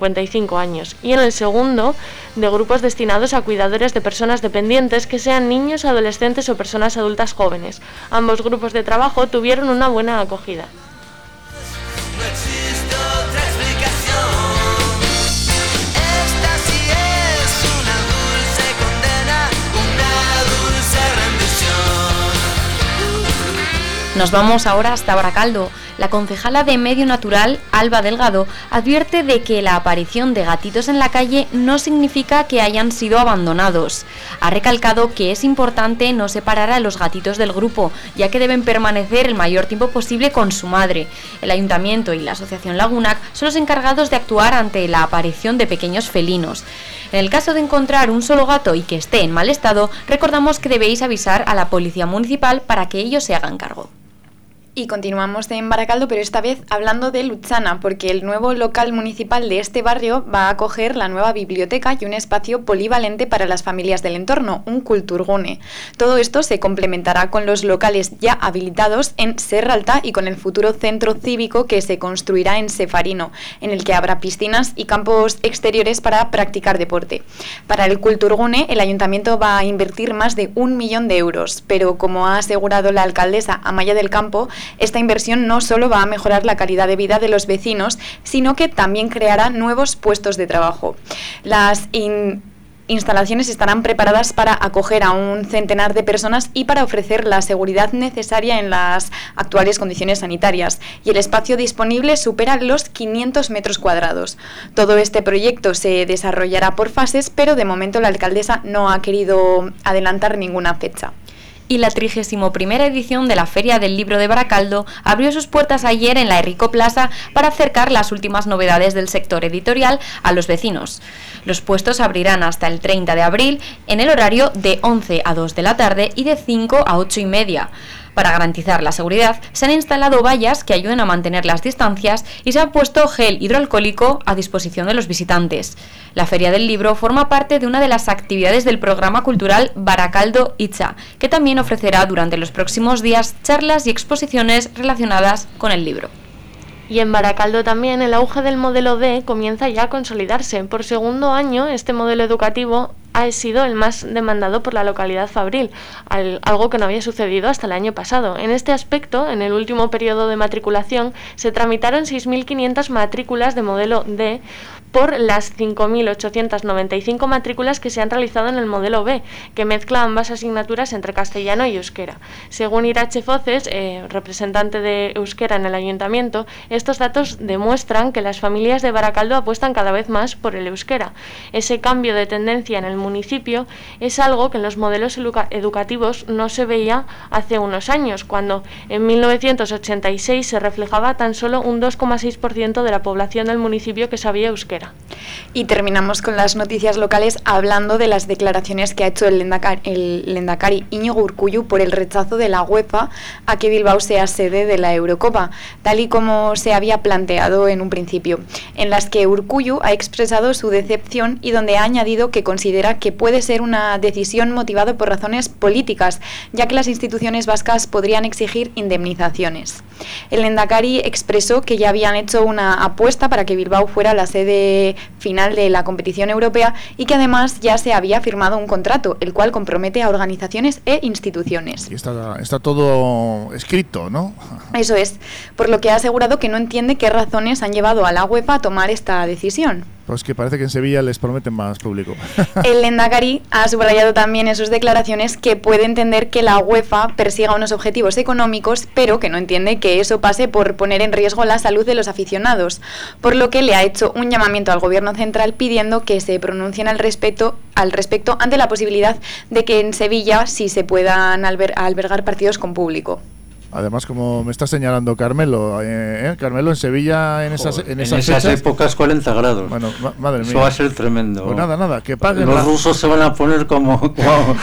55 años y en el segundo de grupos destinados a cuidadores de personas dependientes que sean niños, adolescentes o personas adultas jóvenes. Ambos grupos de trabajo tuvieron una buena acogida. Nos vamos ahora hasta Baracaldo. La concejala de Medio Natural, Alba Delgado, advierte de que la aparición de gatitos en la calle no significa que hayan sido abandonados. Ha recalcado que es importante no separar a los gatitos del grupo, ya que deben permanecer el mayor tiempo posible con su madre. El Ayuntamiento y la Asociación Lagunac son los encargados de actuar ante la aparición de pequeños felinos. En el caso de encontrar un solo gato y que esté en mal estado, recordamos que debéis avisar a la Policía Municipal para que ellos se hagan cargo. Y continuamos en Baracaldo, pero esta vez hablando de Lutzana, porque el nuevo local municipal de este barrio va a acoger la nueva biblioteca y un espacio polivalente para las familias del entorno, un Kulturgune. Todo esto se complementará con los locales ya habilitados en Serralta y con el futuro centro cívico que se construirá en Sefarino, en el que habrá piscinas y campos exteriores para practicar deporte. Para el Kulturgune, el ayuntamiento va a invertir más de 1 millón de euros, pero como ha asegurado la alcaldesa Amaya del Campo, esta inversión no solo va a mejorar la calidad de vida de los instalaciones estarán preparadas para acoger a un centenar de personas y para ofrecer la seguridad necesaria en las actuales condiciones sanitarias, y el espacio disponible supera los 500 metros cuadrados. Todo este proyecto se desarrollará por fases, pero de momento la alcaldesa no ha querido adelantar ninguna fecha. Y la 31ª edición de la Feria del Libro de Baracaldo abrió sus puertas ayer en la Errico Plaza para acercar las últimas novedades del sector editorial a los vecinos. Los puestos abrirán hasta el 30 de abril en el horario de 11 a 2 de la tarde y de 5 a 8 y media. Para garantizar la seguridad, se han instalado vallas que ayuden a mantener las distancias y se ha puesto gel hidroalcohólico a disposición de los visitantes. La Feria del Libro forma parte de una de las actividades del programa cultural Baracaldo Itza, que también ofrecerá durante los próximos días charlas y exposiciones relacionadas con el libro. Y en Baracaldo también el auge del modelo D comienza ya a consolidarse. Por segundo año, este modelo educativo ha sido el más demandado por la localidad fabril, algo que no había sucedido hasta el año pasado. En este aspecto, en el último periodo de matriculación, se tramitaron 6.500 matrículas de modelo D por las 5.895 matrículas que se han realizado en el modelo B, que mezcla ambas asignaturas entre castellano y euskera. Según Irache Foces, representante de euskera en el ayuntamiento, estos datos demuestran que las familias de Baracaldo apuestan cada vez más por el euskera. Ese cambio de tendencia en el municipio es algo que en los modelos educativos no se veía hace unos años, cuando en 1986 se reflejaba tan solo un 2,6% de la población del municipio que sabía euskera. Y terminamos con las noticias locales hablando de las declaraciones que ha hecho el lehendakari Iñigo Urkullu por el rechazo de la UEFA a que Bilbao sea sede de la Eurocopa, tal y como se había planteado en un principio, en las que Urkullu ha expresado su decepción y donde ha añadido que considera que puede ser una decisión motivada por razones políticas, ya que las instituciones vascas podrían exigir indemnizaciones. El lehendakari expresó que ya habían hecho una apuesta para que Bilbao fuera la sede final de la competición europea y que además ya se había firmado un contrato, el cual compromete a organizaciones e instituciones. Y está todo escrito, ¿no? Eso es, por lo que ha asegurado que no entiende qué razones han llevado a la UEFA a tomar esta decisión. Pues que parece que en Sevilla les prometen más público. El lehendakari ha subrayado también en sus declaraciones que puede entender que la UEFA persiga unos objetivos económicos, pero que no entiende que eso pase por poner en riesgo la salud de los aficionados, por lo que le ha hecho un llamamiento al gobierno central pidiendo que se pronuncien al respecto ante la posibilidad de que en Sevilla sí se puedan albergar partidos con público. Además, como me está señalando Carmelo, Carmelo, en Sevilla en esas fechas, épocas 40 grados. Bueno, madre mía. Eso va a ser tremendo. Pues nada, que paguen. Los rusos se van a poner como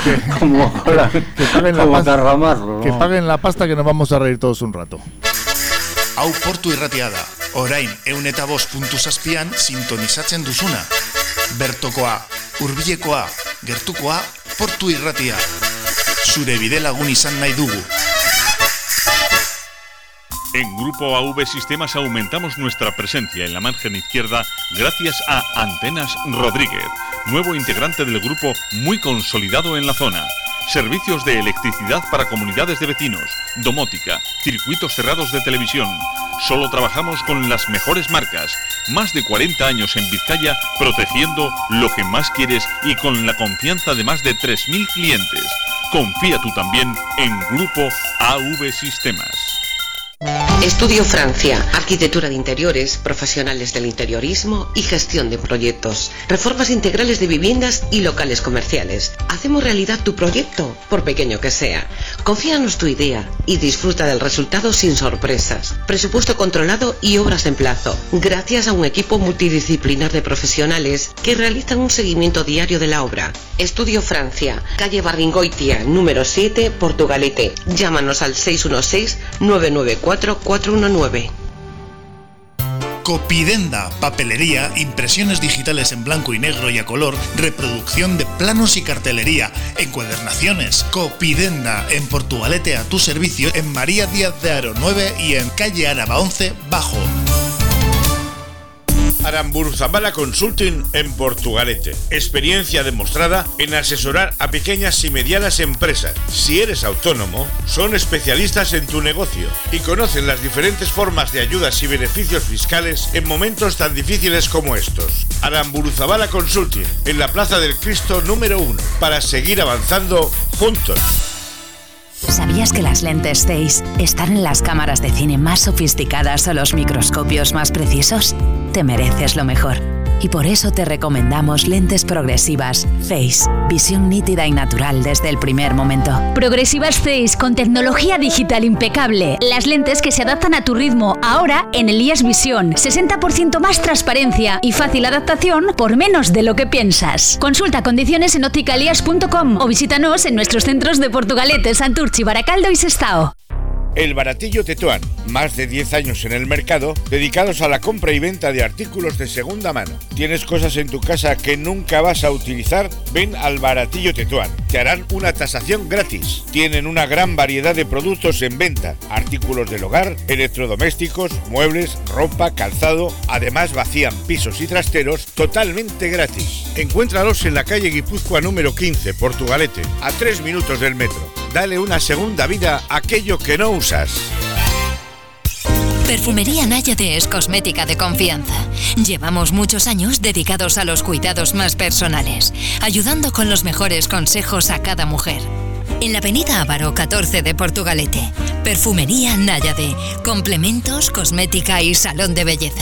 carramarro. Que paguen la pasta, que nos vamos a reír todos un rato. Hau Portu Irratiada, orain 105.7 sintonizatzen duzuna. Bertokoa, hurbilekoa, gertukoa, Portu Irratia. Zure bidelagun izan nahi dugu. En Grupo AV Sistemas aumentamos nuestra presencia en la margen izquierda gracias a Antenas Rodríguez, nuevo integrante del grupo muy consolidado en la zona. Servicios de electricidad para comunidades de vecinos, domótica, circuitos cerrados de televisión. Solo trabajamos con las mejores marcas. Más de 40 años en Vizcaya protegiendo lo que más quieres y con la confianza de más de 3.000 clientes. Confía tú también en Grupo AV Sistemas. Estudio Francia, arquitectura de interiores, profesionales del interiorismo y gestión de proyectos, reformas integrales de viviendas y locales comerciales. Hacemos realidad tu proyecto, por pequeño que sea. Confíanos tu idea y disfruta del resultado sin sorpresas. Presupuesto controlado y obras en plazo, gracias a un equipo multidisciplinar de profesionales que realizan un seguimiento diario de la obra. Estudio Francia, calle Barringoitia, número 7, Portugalete. Llámanos al 616-994-419. Copidenda, papelería, impresiones digitales en blanco y negro y a color, reproducción de planos y cartelería, encuadernaciones. Copidenda, en Portugalete a tu servicio, en María Díaz de Haro 9 y en calle Áraba 11 Bajo. Aramburuzabala Consulting en Portugalete. Experiencia demostrada en asesorar a pequeñas y medianas empresas. Si eres autónomo, son especialistas en tu negocio y conocen las diferentes formas de ayudas y beneficios fiscales en momentos tan difíciles como estos. Aramburuzabala Consulting, en la Plaza del Cristo número 1, para seguir avanzando juntos. ¿Sabías que las lentes Zeiss están en las cámaras de cine más sofisticadas o los microscopios más precisos? Te mereces lo mejor. Y por eso te recomendamos lentes progresivas Zeiss. Visión nítida y natural desde el primer momento. Progresivas Zeiss con tecnología digital impecable. Las lentes que se adaptan a tu ritmo. Ahora en Elías Visión. 60% más transparencia y fácil adaptación por menos de lo que piensas. Consulta condiciones en opticalias.com o visítanos en nuestros centros de Portugalete, Santurchi, Baracaldo y Sestao. El Baratillo Tetuán, más de 10 años en el mercado, dedicados a la compra y venta de artículos de segunda mano. ¿Tienes cosas en tu casa que nunca vas a utilizar? Ven al Baratillo Tetuán. Te harán una tasación gratis. Tienen una gran variedad de productos en venta. Artículos del hogar, electrodomésticos, muebles, ropa, calzado. Además vacían pisos y trasteros totalmente gratis. Encuéntralos en la calle Guipúzcoa número 15, Portugalete, a 3 minutos del metro. Dale una segunda vida a aquello que no usas. Perfumería Náyade es cosmética de confianza. Llevamos muchos años dedicados a los cuidados más personales, ayudando con los mejores consejos a cada mujer. En la avenida Ávaro 14 de Portugalete, Perfumería Náyade, complementos, cosmética y salón de belleza.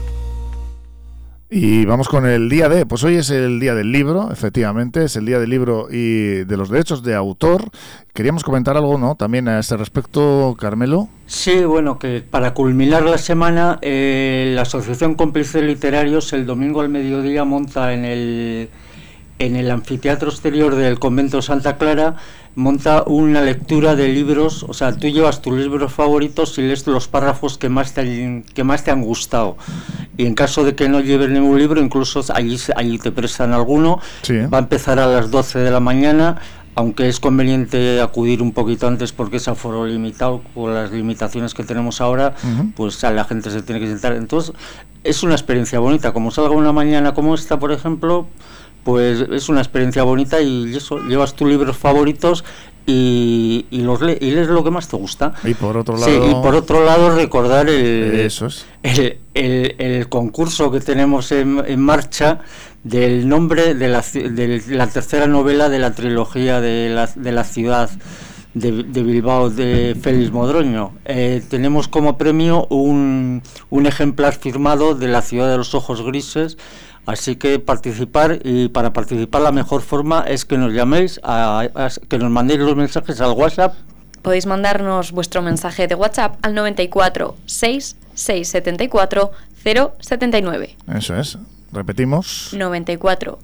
Y vamos con el día de, pues hoy es el día del libro, efectivamente, es el día del libro y de los derechos de autor. Queríamos comentar algo, ¿no? También a este respecto, Carmelo. Sí, bueno, que para culminar la semana, la Asociación Cómplices Literarios el domingo al mediodía monta en el anfiteatro exterior del Convento Santa Clara, monta una lectura de libros. O sea, tú llevas tus libros favoritos y lees los párrafos que más te han gustado. Y en caso de que no lleves ningún libro, incluso allí te prestan alguno. Sí. Va a empezar a las 12 de la mañana, aunque es conveniente acudir un poquito antes porque es aforo limitado, con las limitaciones que tenemos ahora, pues la gente se tiene que sentar. Entonces, es una experiencia bonita. Como salga una mañana como esta, por ejemplo, pues es una experiencia bonita y eso, llevas tus libros favoritos y los lees lo que más te gusta. Y por otro lado, sí, y por otro lado recordar el concurso que tenemos en marcha del nombre de la tercera novela de la trilogía de la ciudad de Bilbao de Félix Modroño. Tenemos como premio un ejemplar firmado de La ciudad de los ojos grises. Así que participar, y para participar la mejor forma es que nos llaméis, que nos mandéis los mensajes al WhatsApp. Podéis mandarnos vuestro mensaje de WhatsApp al 94 6674 079. Eso es, repetimos. 94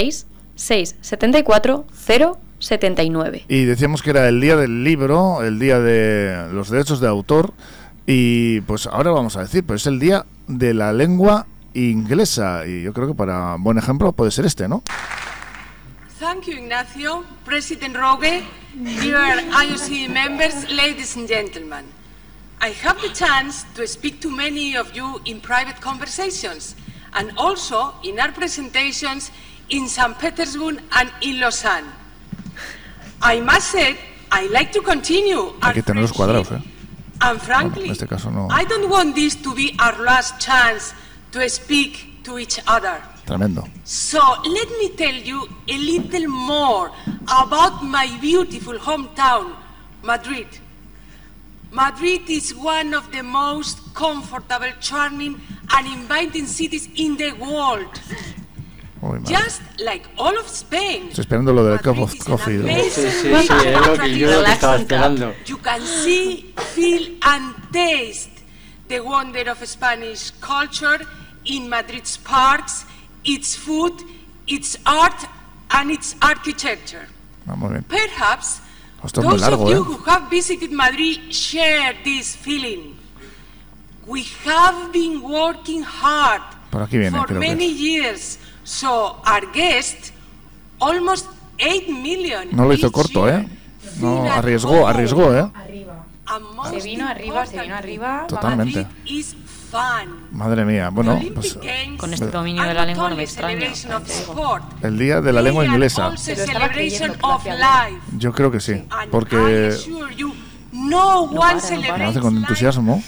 6674 079. Y decíamos que era el día del libro, el día de los derechos de autor, y pues ahora vamos a decir, pues es el día de la lengua inglesa, y yo creo que para buen ejemplo puede ser este, ¿no? Thank you, Ignacio, President Rogue, dear IOC members, ladies and gentlemen. I have the chance to speak to many of you in private conversations and also in our presentations in St. Petersburg and in Lausanne. I must say, I like to continue. Hay que tener los cuadrados, And frankly, bueno, en este caso no. I don't want this to be our last chance to speak to each other. Tremendo. So let me tell you a little more about my beautiful hometown, Madrid. Madrid is one of the most comfortable, charming and inviting cities in the world. Just like all of Spain. Estoy esperando lo del cup of coffee. Sí, es lo que yo estaba esperando. You can see, feel and taste the wonder of Spanish culture in Madrid's parks, its food, its art and its architecture. Muy bien. Perhaps those of you who have visited Madrid share this feeling. We have been working hard for many years, so our guests, almost 8 million. No lo hizo corto, No, arriesgó, Se vino arriba. Totalmente. Madrid is Madre mía, bueno, pues con este dominio de la lengua no me extraña. el día de la lengua inglesa. Se lo estaba creyendo que lo hacía bien. Yo creo que sí, porque lo hace con entusiasmo.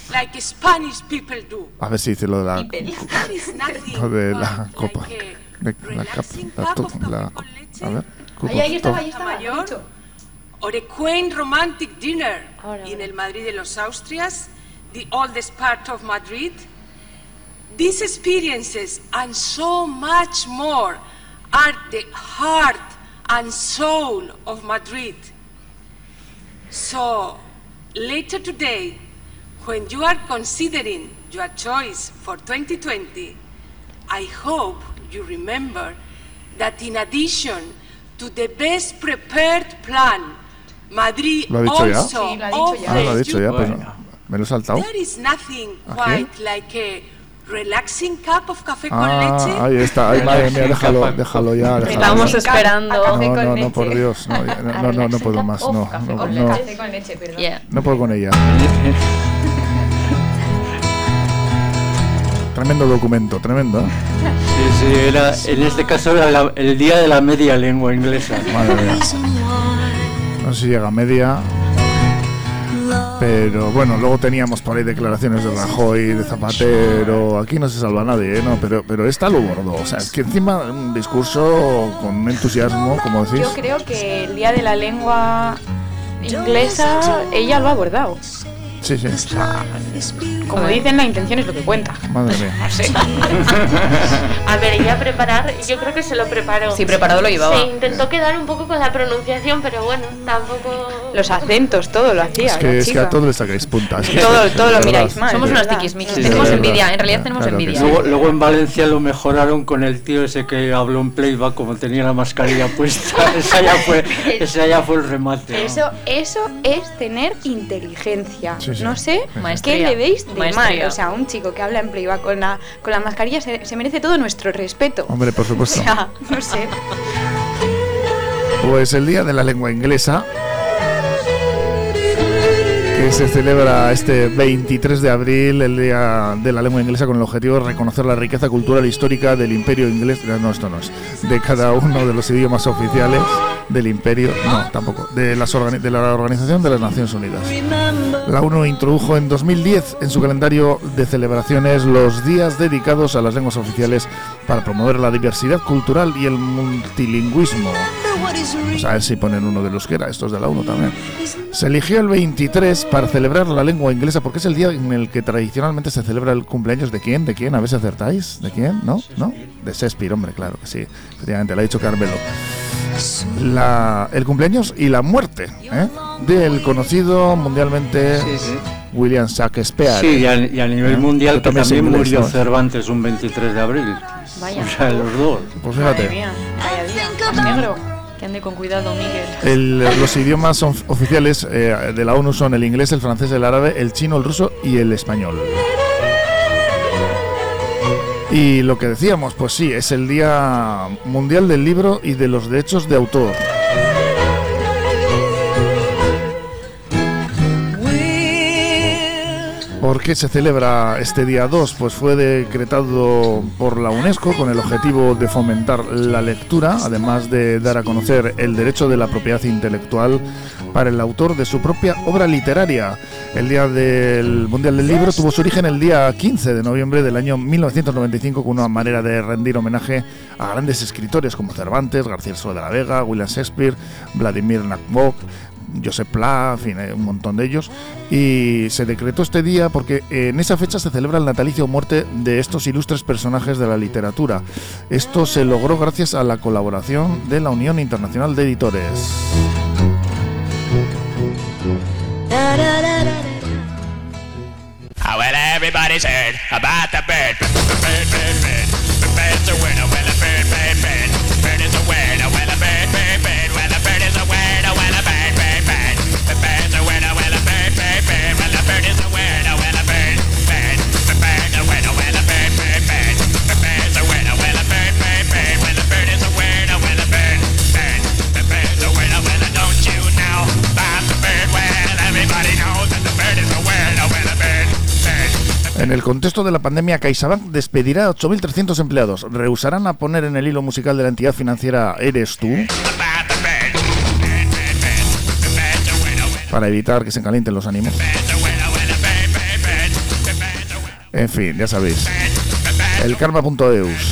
A ver si dice lo de la copa. A ver. Ahí estaba, dicho. Or a quaint romantic dinner in el Madrid de los Austrias, the oldest part of Madrid. These experiences and so much more are the heart and soul of Madrid. So, later today, when you are considering your choice for 2020, I hope you remember that in addition to the best prepared plan, Madrid ¿Lo ha dicho ya? also Sí, lo ha dicho ya. Lo ha dicho ya, pues me lo he saltado. There is nothing ¿Aquí? quite like a relaxing cup of café con leche. Ahí está, ay madre mía, déjalo ya. Estábamos esperando. No, por Dios, no puedo más, no Café con leche, perdón. no puedo con ella. Tremendo documento, tremendo. Sí, era, en este caso era el día de la media lengua inglesa. Madre mía. No sé si llega a media. Pero bueno, luego teníamos por ahí declaraciones de Rajoy, de Zapatero. Aquí no se salva nadie, ¿no? Pero esta lo bordó. O sea, es que encima un discurso con un entusiasmo, como decís. Yo creo que el día de la lengua inglesa ella lo ha abordado. Sí. O sea, como dicen, la intención es lo que cuenta. Madre mía. No sé. A ver, ella preparar, yo creo que se lo preparó. Sí, preparado lo llevaba. Se intentó quedar un poco con la pronunciación, pero bueno, tampoco... Los acentos, todo lo hacía. Es que a todo le sacáis punta. Es que todo lo miráis mal. Somos unas tiquismiquis. Tenemos envidia, en realidad tenemos envidia. Luego en Valencia lo mejoraron con el tío ese que habló en playback como tenía la mascarilla puesta. Esa ya fue el remate. Eso es tener inteligencia. Sí. No sé Maestría. qué le veis de Maestría. mal. O sea, un chico que habla en playback con la mascarilla se merece todo nuestro respeto. Hombre, por supuesto. O sea, no sé. Pues el Día de la Lengua Inglesa, que se celebra este 23 de abril, el Día de la Lengua Inglesa, con el objetivo de reconocer la riqueza cultural e histórica del imperio inglés. No, esto no es. De cada uno de los idiomas oficiales del imperio. No, tampoco. De la Organización de las Naciones Unidas. La ONU introdujo en 2010 en su calendario de celebraciones los días dedicados a las lenguas oficiales para promover la diversidad cultural y el multilingüismo. Pues a ver si ponen uno del euskera, estos de la ONU también. Se eligió el 23 para celebrar la lengua inglesa porque es el día en el que tradicionalmente se celebra el cumpleaños de quién, a ver si acertáis, ¿de quién? ¿No? De Shakespeare, hombre, claro que sí, efectivamente, lo ha dicho Carmelo. El cumpleaños y la muerte del conocido mundialmente William Shakespeare. Sí, y a nivel mundial que también inglés, murió ¿no? Cervantes un 23 de abril. Vaya. O sea, los dos. Pues fíjate. Madre mía, vaya día. Más negro. Que ande con cuidado, Miguel. Los idiomas oficiales de la ONU son el inglés, el francés, el árabe, el chino, el ruso y el español. Y lo que decíamos, pues sí, es el Día Mundial del Libro y de los Derechos de Autor. ¿Por qué se celebra este día 2? Pues fue decretado por la UNESCO con el objetivo de fomentar la lectura, además de dar a conocer el derecho de la propiedad intelectual para el autor de su propia obra literaria. El Día del Mundial del Libro tuvo su origen el día 15 de noviembre del año 1995 con una manera de rendir homenaje a grandes escritores como Cervantes, García Soler de la Vega, William Shakespeare, Vladimir Nabokov, Josep Pla, en fin, un montón de ellos, y se decretó este día porque en esa fecha se celebra el natalicio o muerte de estos ilustres personajes de la literatura. Esto se logró gracias a la colaboración de la Unión Internacional de Editores. Well, everybody's heard about the bird. Bird's a word, well, a bird. Bird is a word, well, a bird. Well, a bird is a word, well, a bird. The bird's a word, well, a bird. Well, a bird is a word, well, a bird. The bird's a word, well, a bird. The bird's a word, well, a bird. Well, a bird is a word, well, a bird. The bird's a word, well, don't you know about the bird? Well, everybody knows that the bird is a word, well, a bird. En En el contexto de la pandemia, CaixaBank despedirá a 8.300 empleados. ¿Rehusarán a poner en el hilo musical de la entidad financiera Eres Tú? Para evitar que se calienten los ánimos. En fin, ya sabéis. El karma.eus.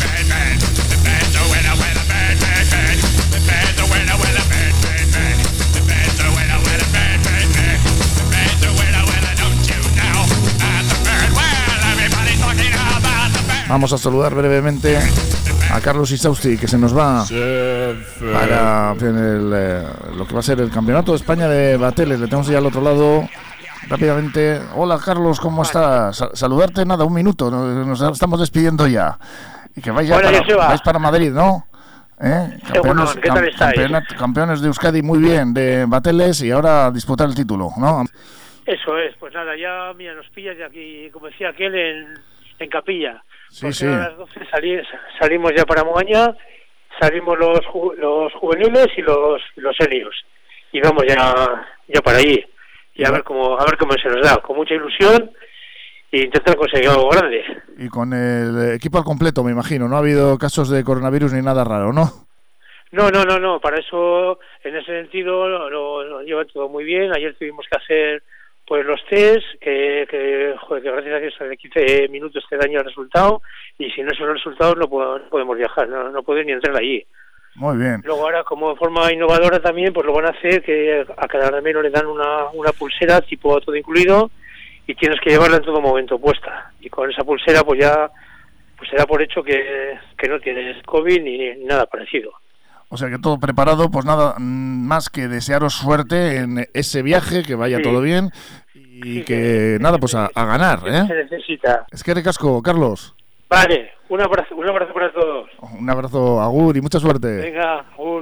Vamos a saludar brevemente a Carlos Isausti, que se nos va para lo que va a ser el Campeonato de España de Bateles. Le tenemos ya al otro lado rápidamente. Hola Carlos, ¿cómo estás? Saludarte, nada, un minuto, nos estamos despidiendo ya. Y que vais para Madrid, ¿no? Campeones, ¿qué tal estáis? Campeones de Euskadi, muy bien, de Bateles, y ahora a disputar el título, ¿no? Eso es, pues nada, ya mira, nos pillas de aquí, como decía aquel, en Capilla. Sí, sí. A las 12 salimos ya para Mogaña, salimos los juveniles y los seniors, y vamos ya para allí, y a ver cómo se nos da, con mucha ilusión, e intentar conseguir algo grande. Y con el equipo al completo, me imagino, no ha habido casos de coronavirus ni nada raro, ¿no? No, para eso, en ese sentido, lo lleva todo muy bien. Ayer tuvimos que hacer pues los test, que gracias a Dios en 15 minutos te daña el resultado, y si no son los resultados no podemos viajar, no puedes ni entrar allí. Muy bien. Luego ahora, como de forma innovadora también, pues lo van a hacer, que a cada remero le dan una pulsera tipo todo incluido, y tienes que llevarla en todo momento puesta, y con esa pulsera pues ya pues se da por hecho que no tienes COVID ni nada parecido. O sea que todo preparado, pues nada más que desearos suerte en ese viaje, que vaya todo bien, y que nada, pues a ganar, ¿eh? Se necesita. Es que recasco, Carlos. Vale, un abrazo para todos. Un abrazo, agur, y mucha suerte. Venga, agur.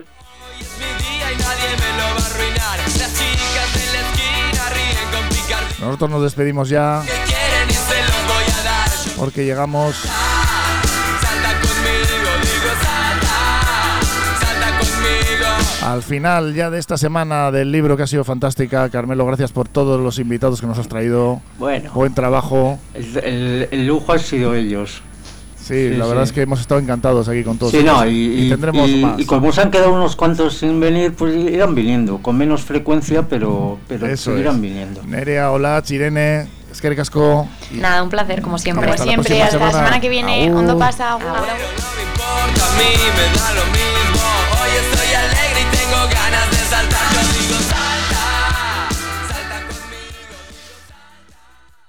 Nosotros nos despedimos ya, porque llegamos al final ya de esta semana del libro, que ha sido fantástica. Carmelo, gracias por todos los invitados que nos has traído. Bueno, buen trabajo. El lujo ha sido ellos. Sí, la verdad es que hemos estado encantados aquí con todos. Sí, y tendremos más. Y como se han quedado unos cuantos sin venir, pues irán viniendo, con menos frecuencia, pero seguirán viniendo. Nerea, hola, Irene, es que recasco. Nada, un placer, como siempre. Como siempre, hasta la semana que viene. Ondo pasa. A mí me da lo mismo, hoy estoy alegre y tengo ganas de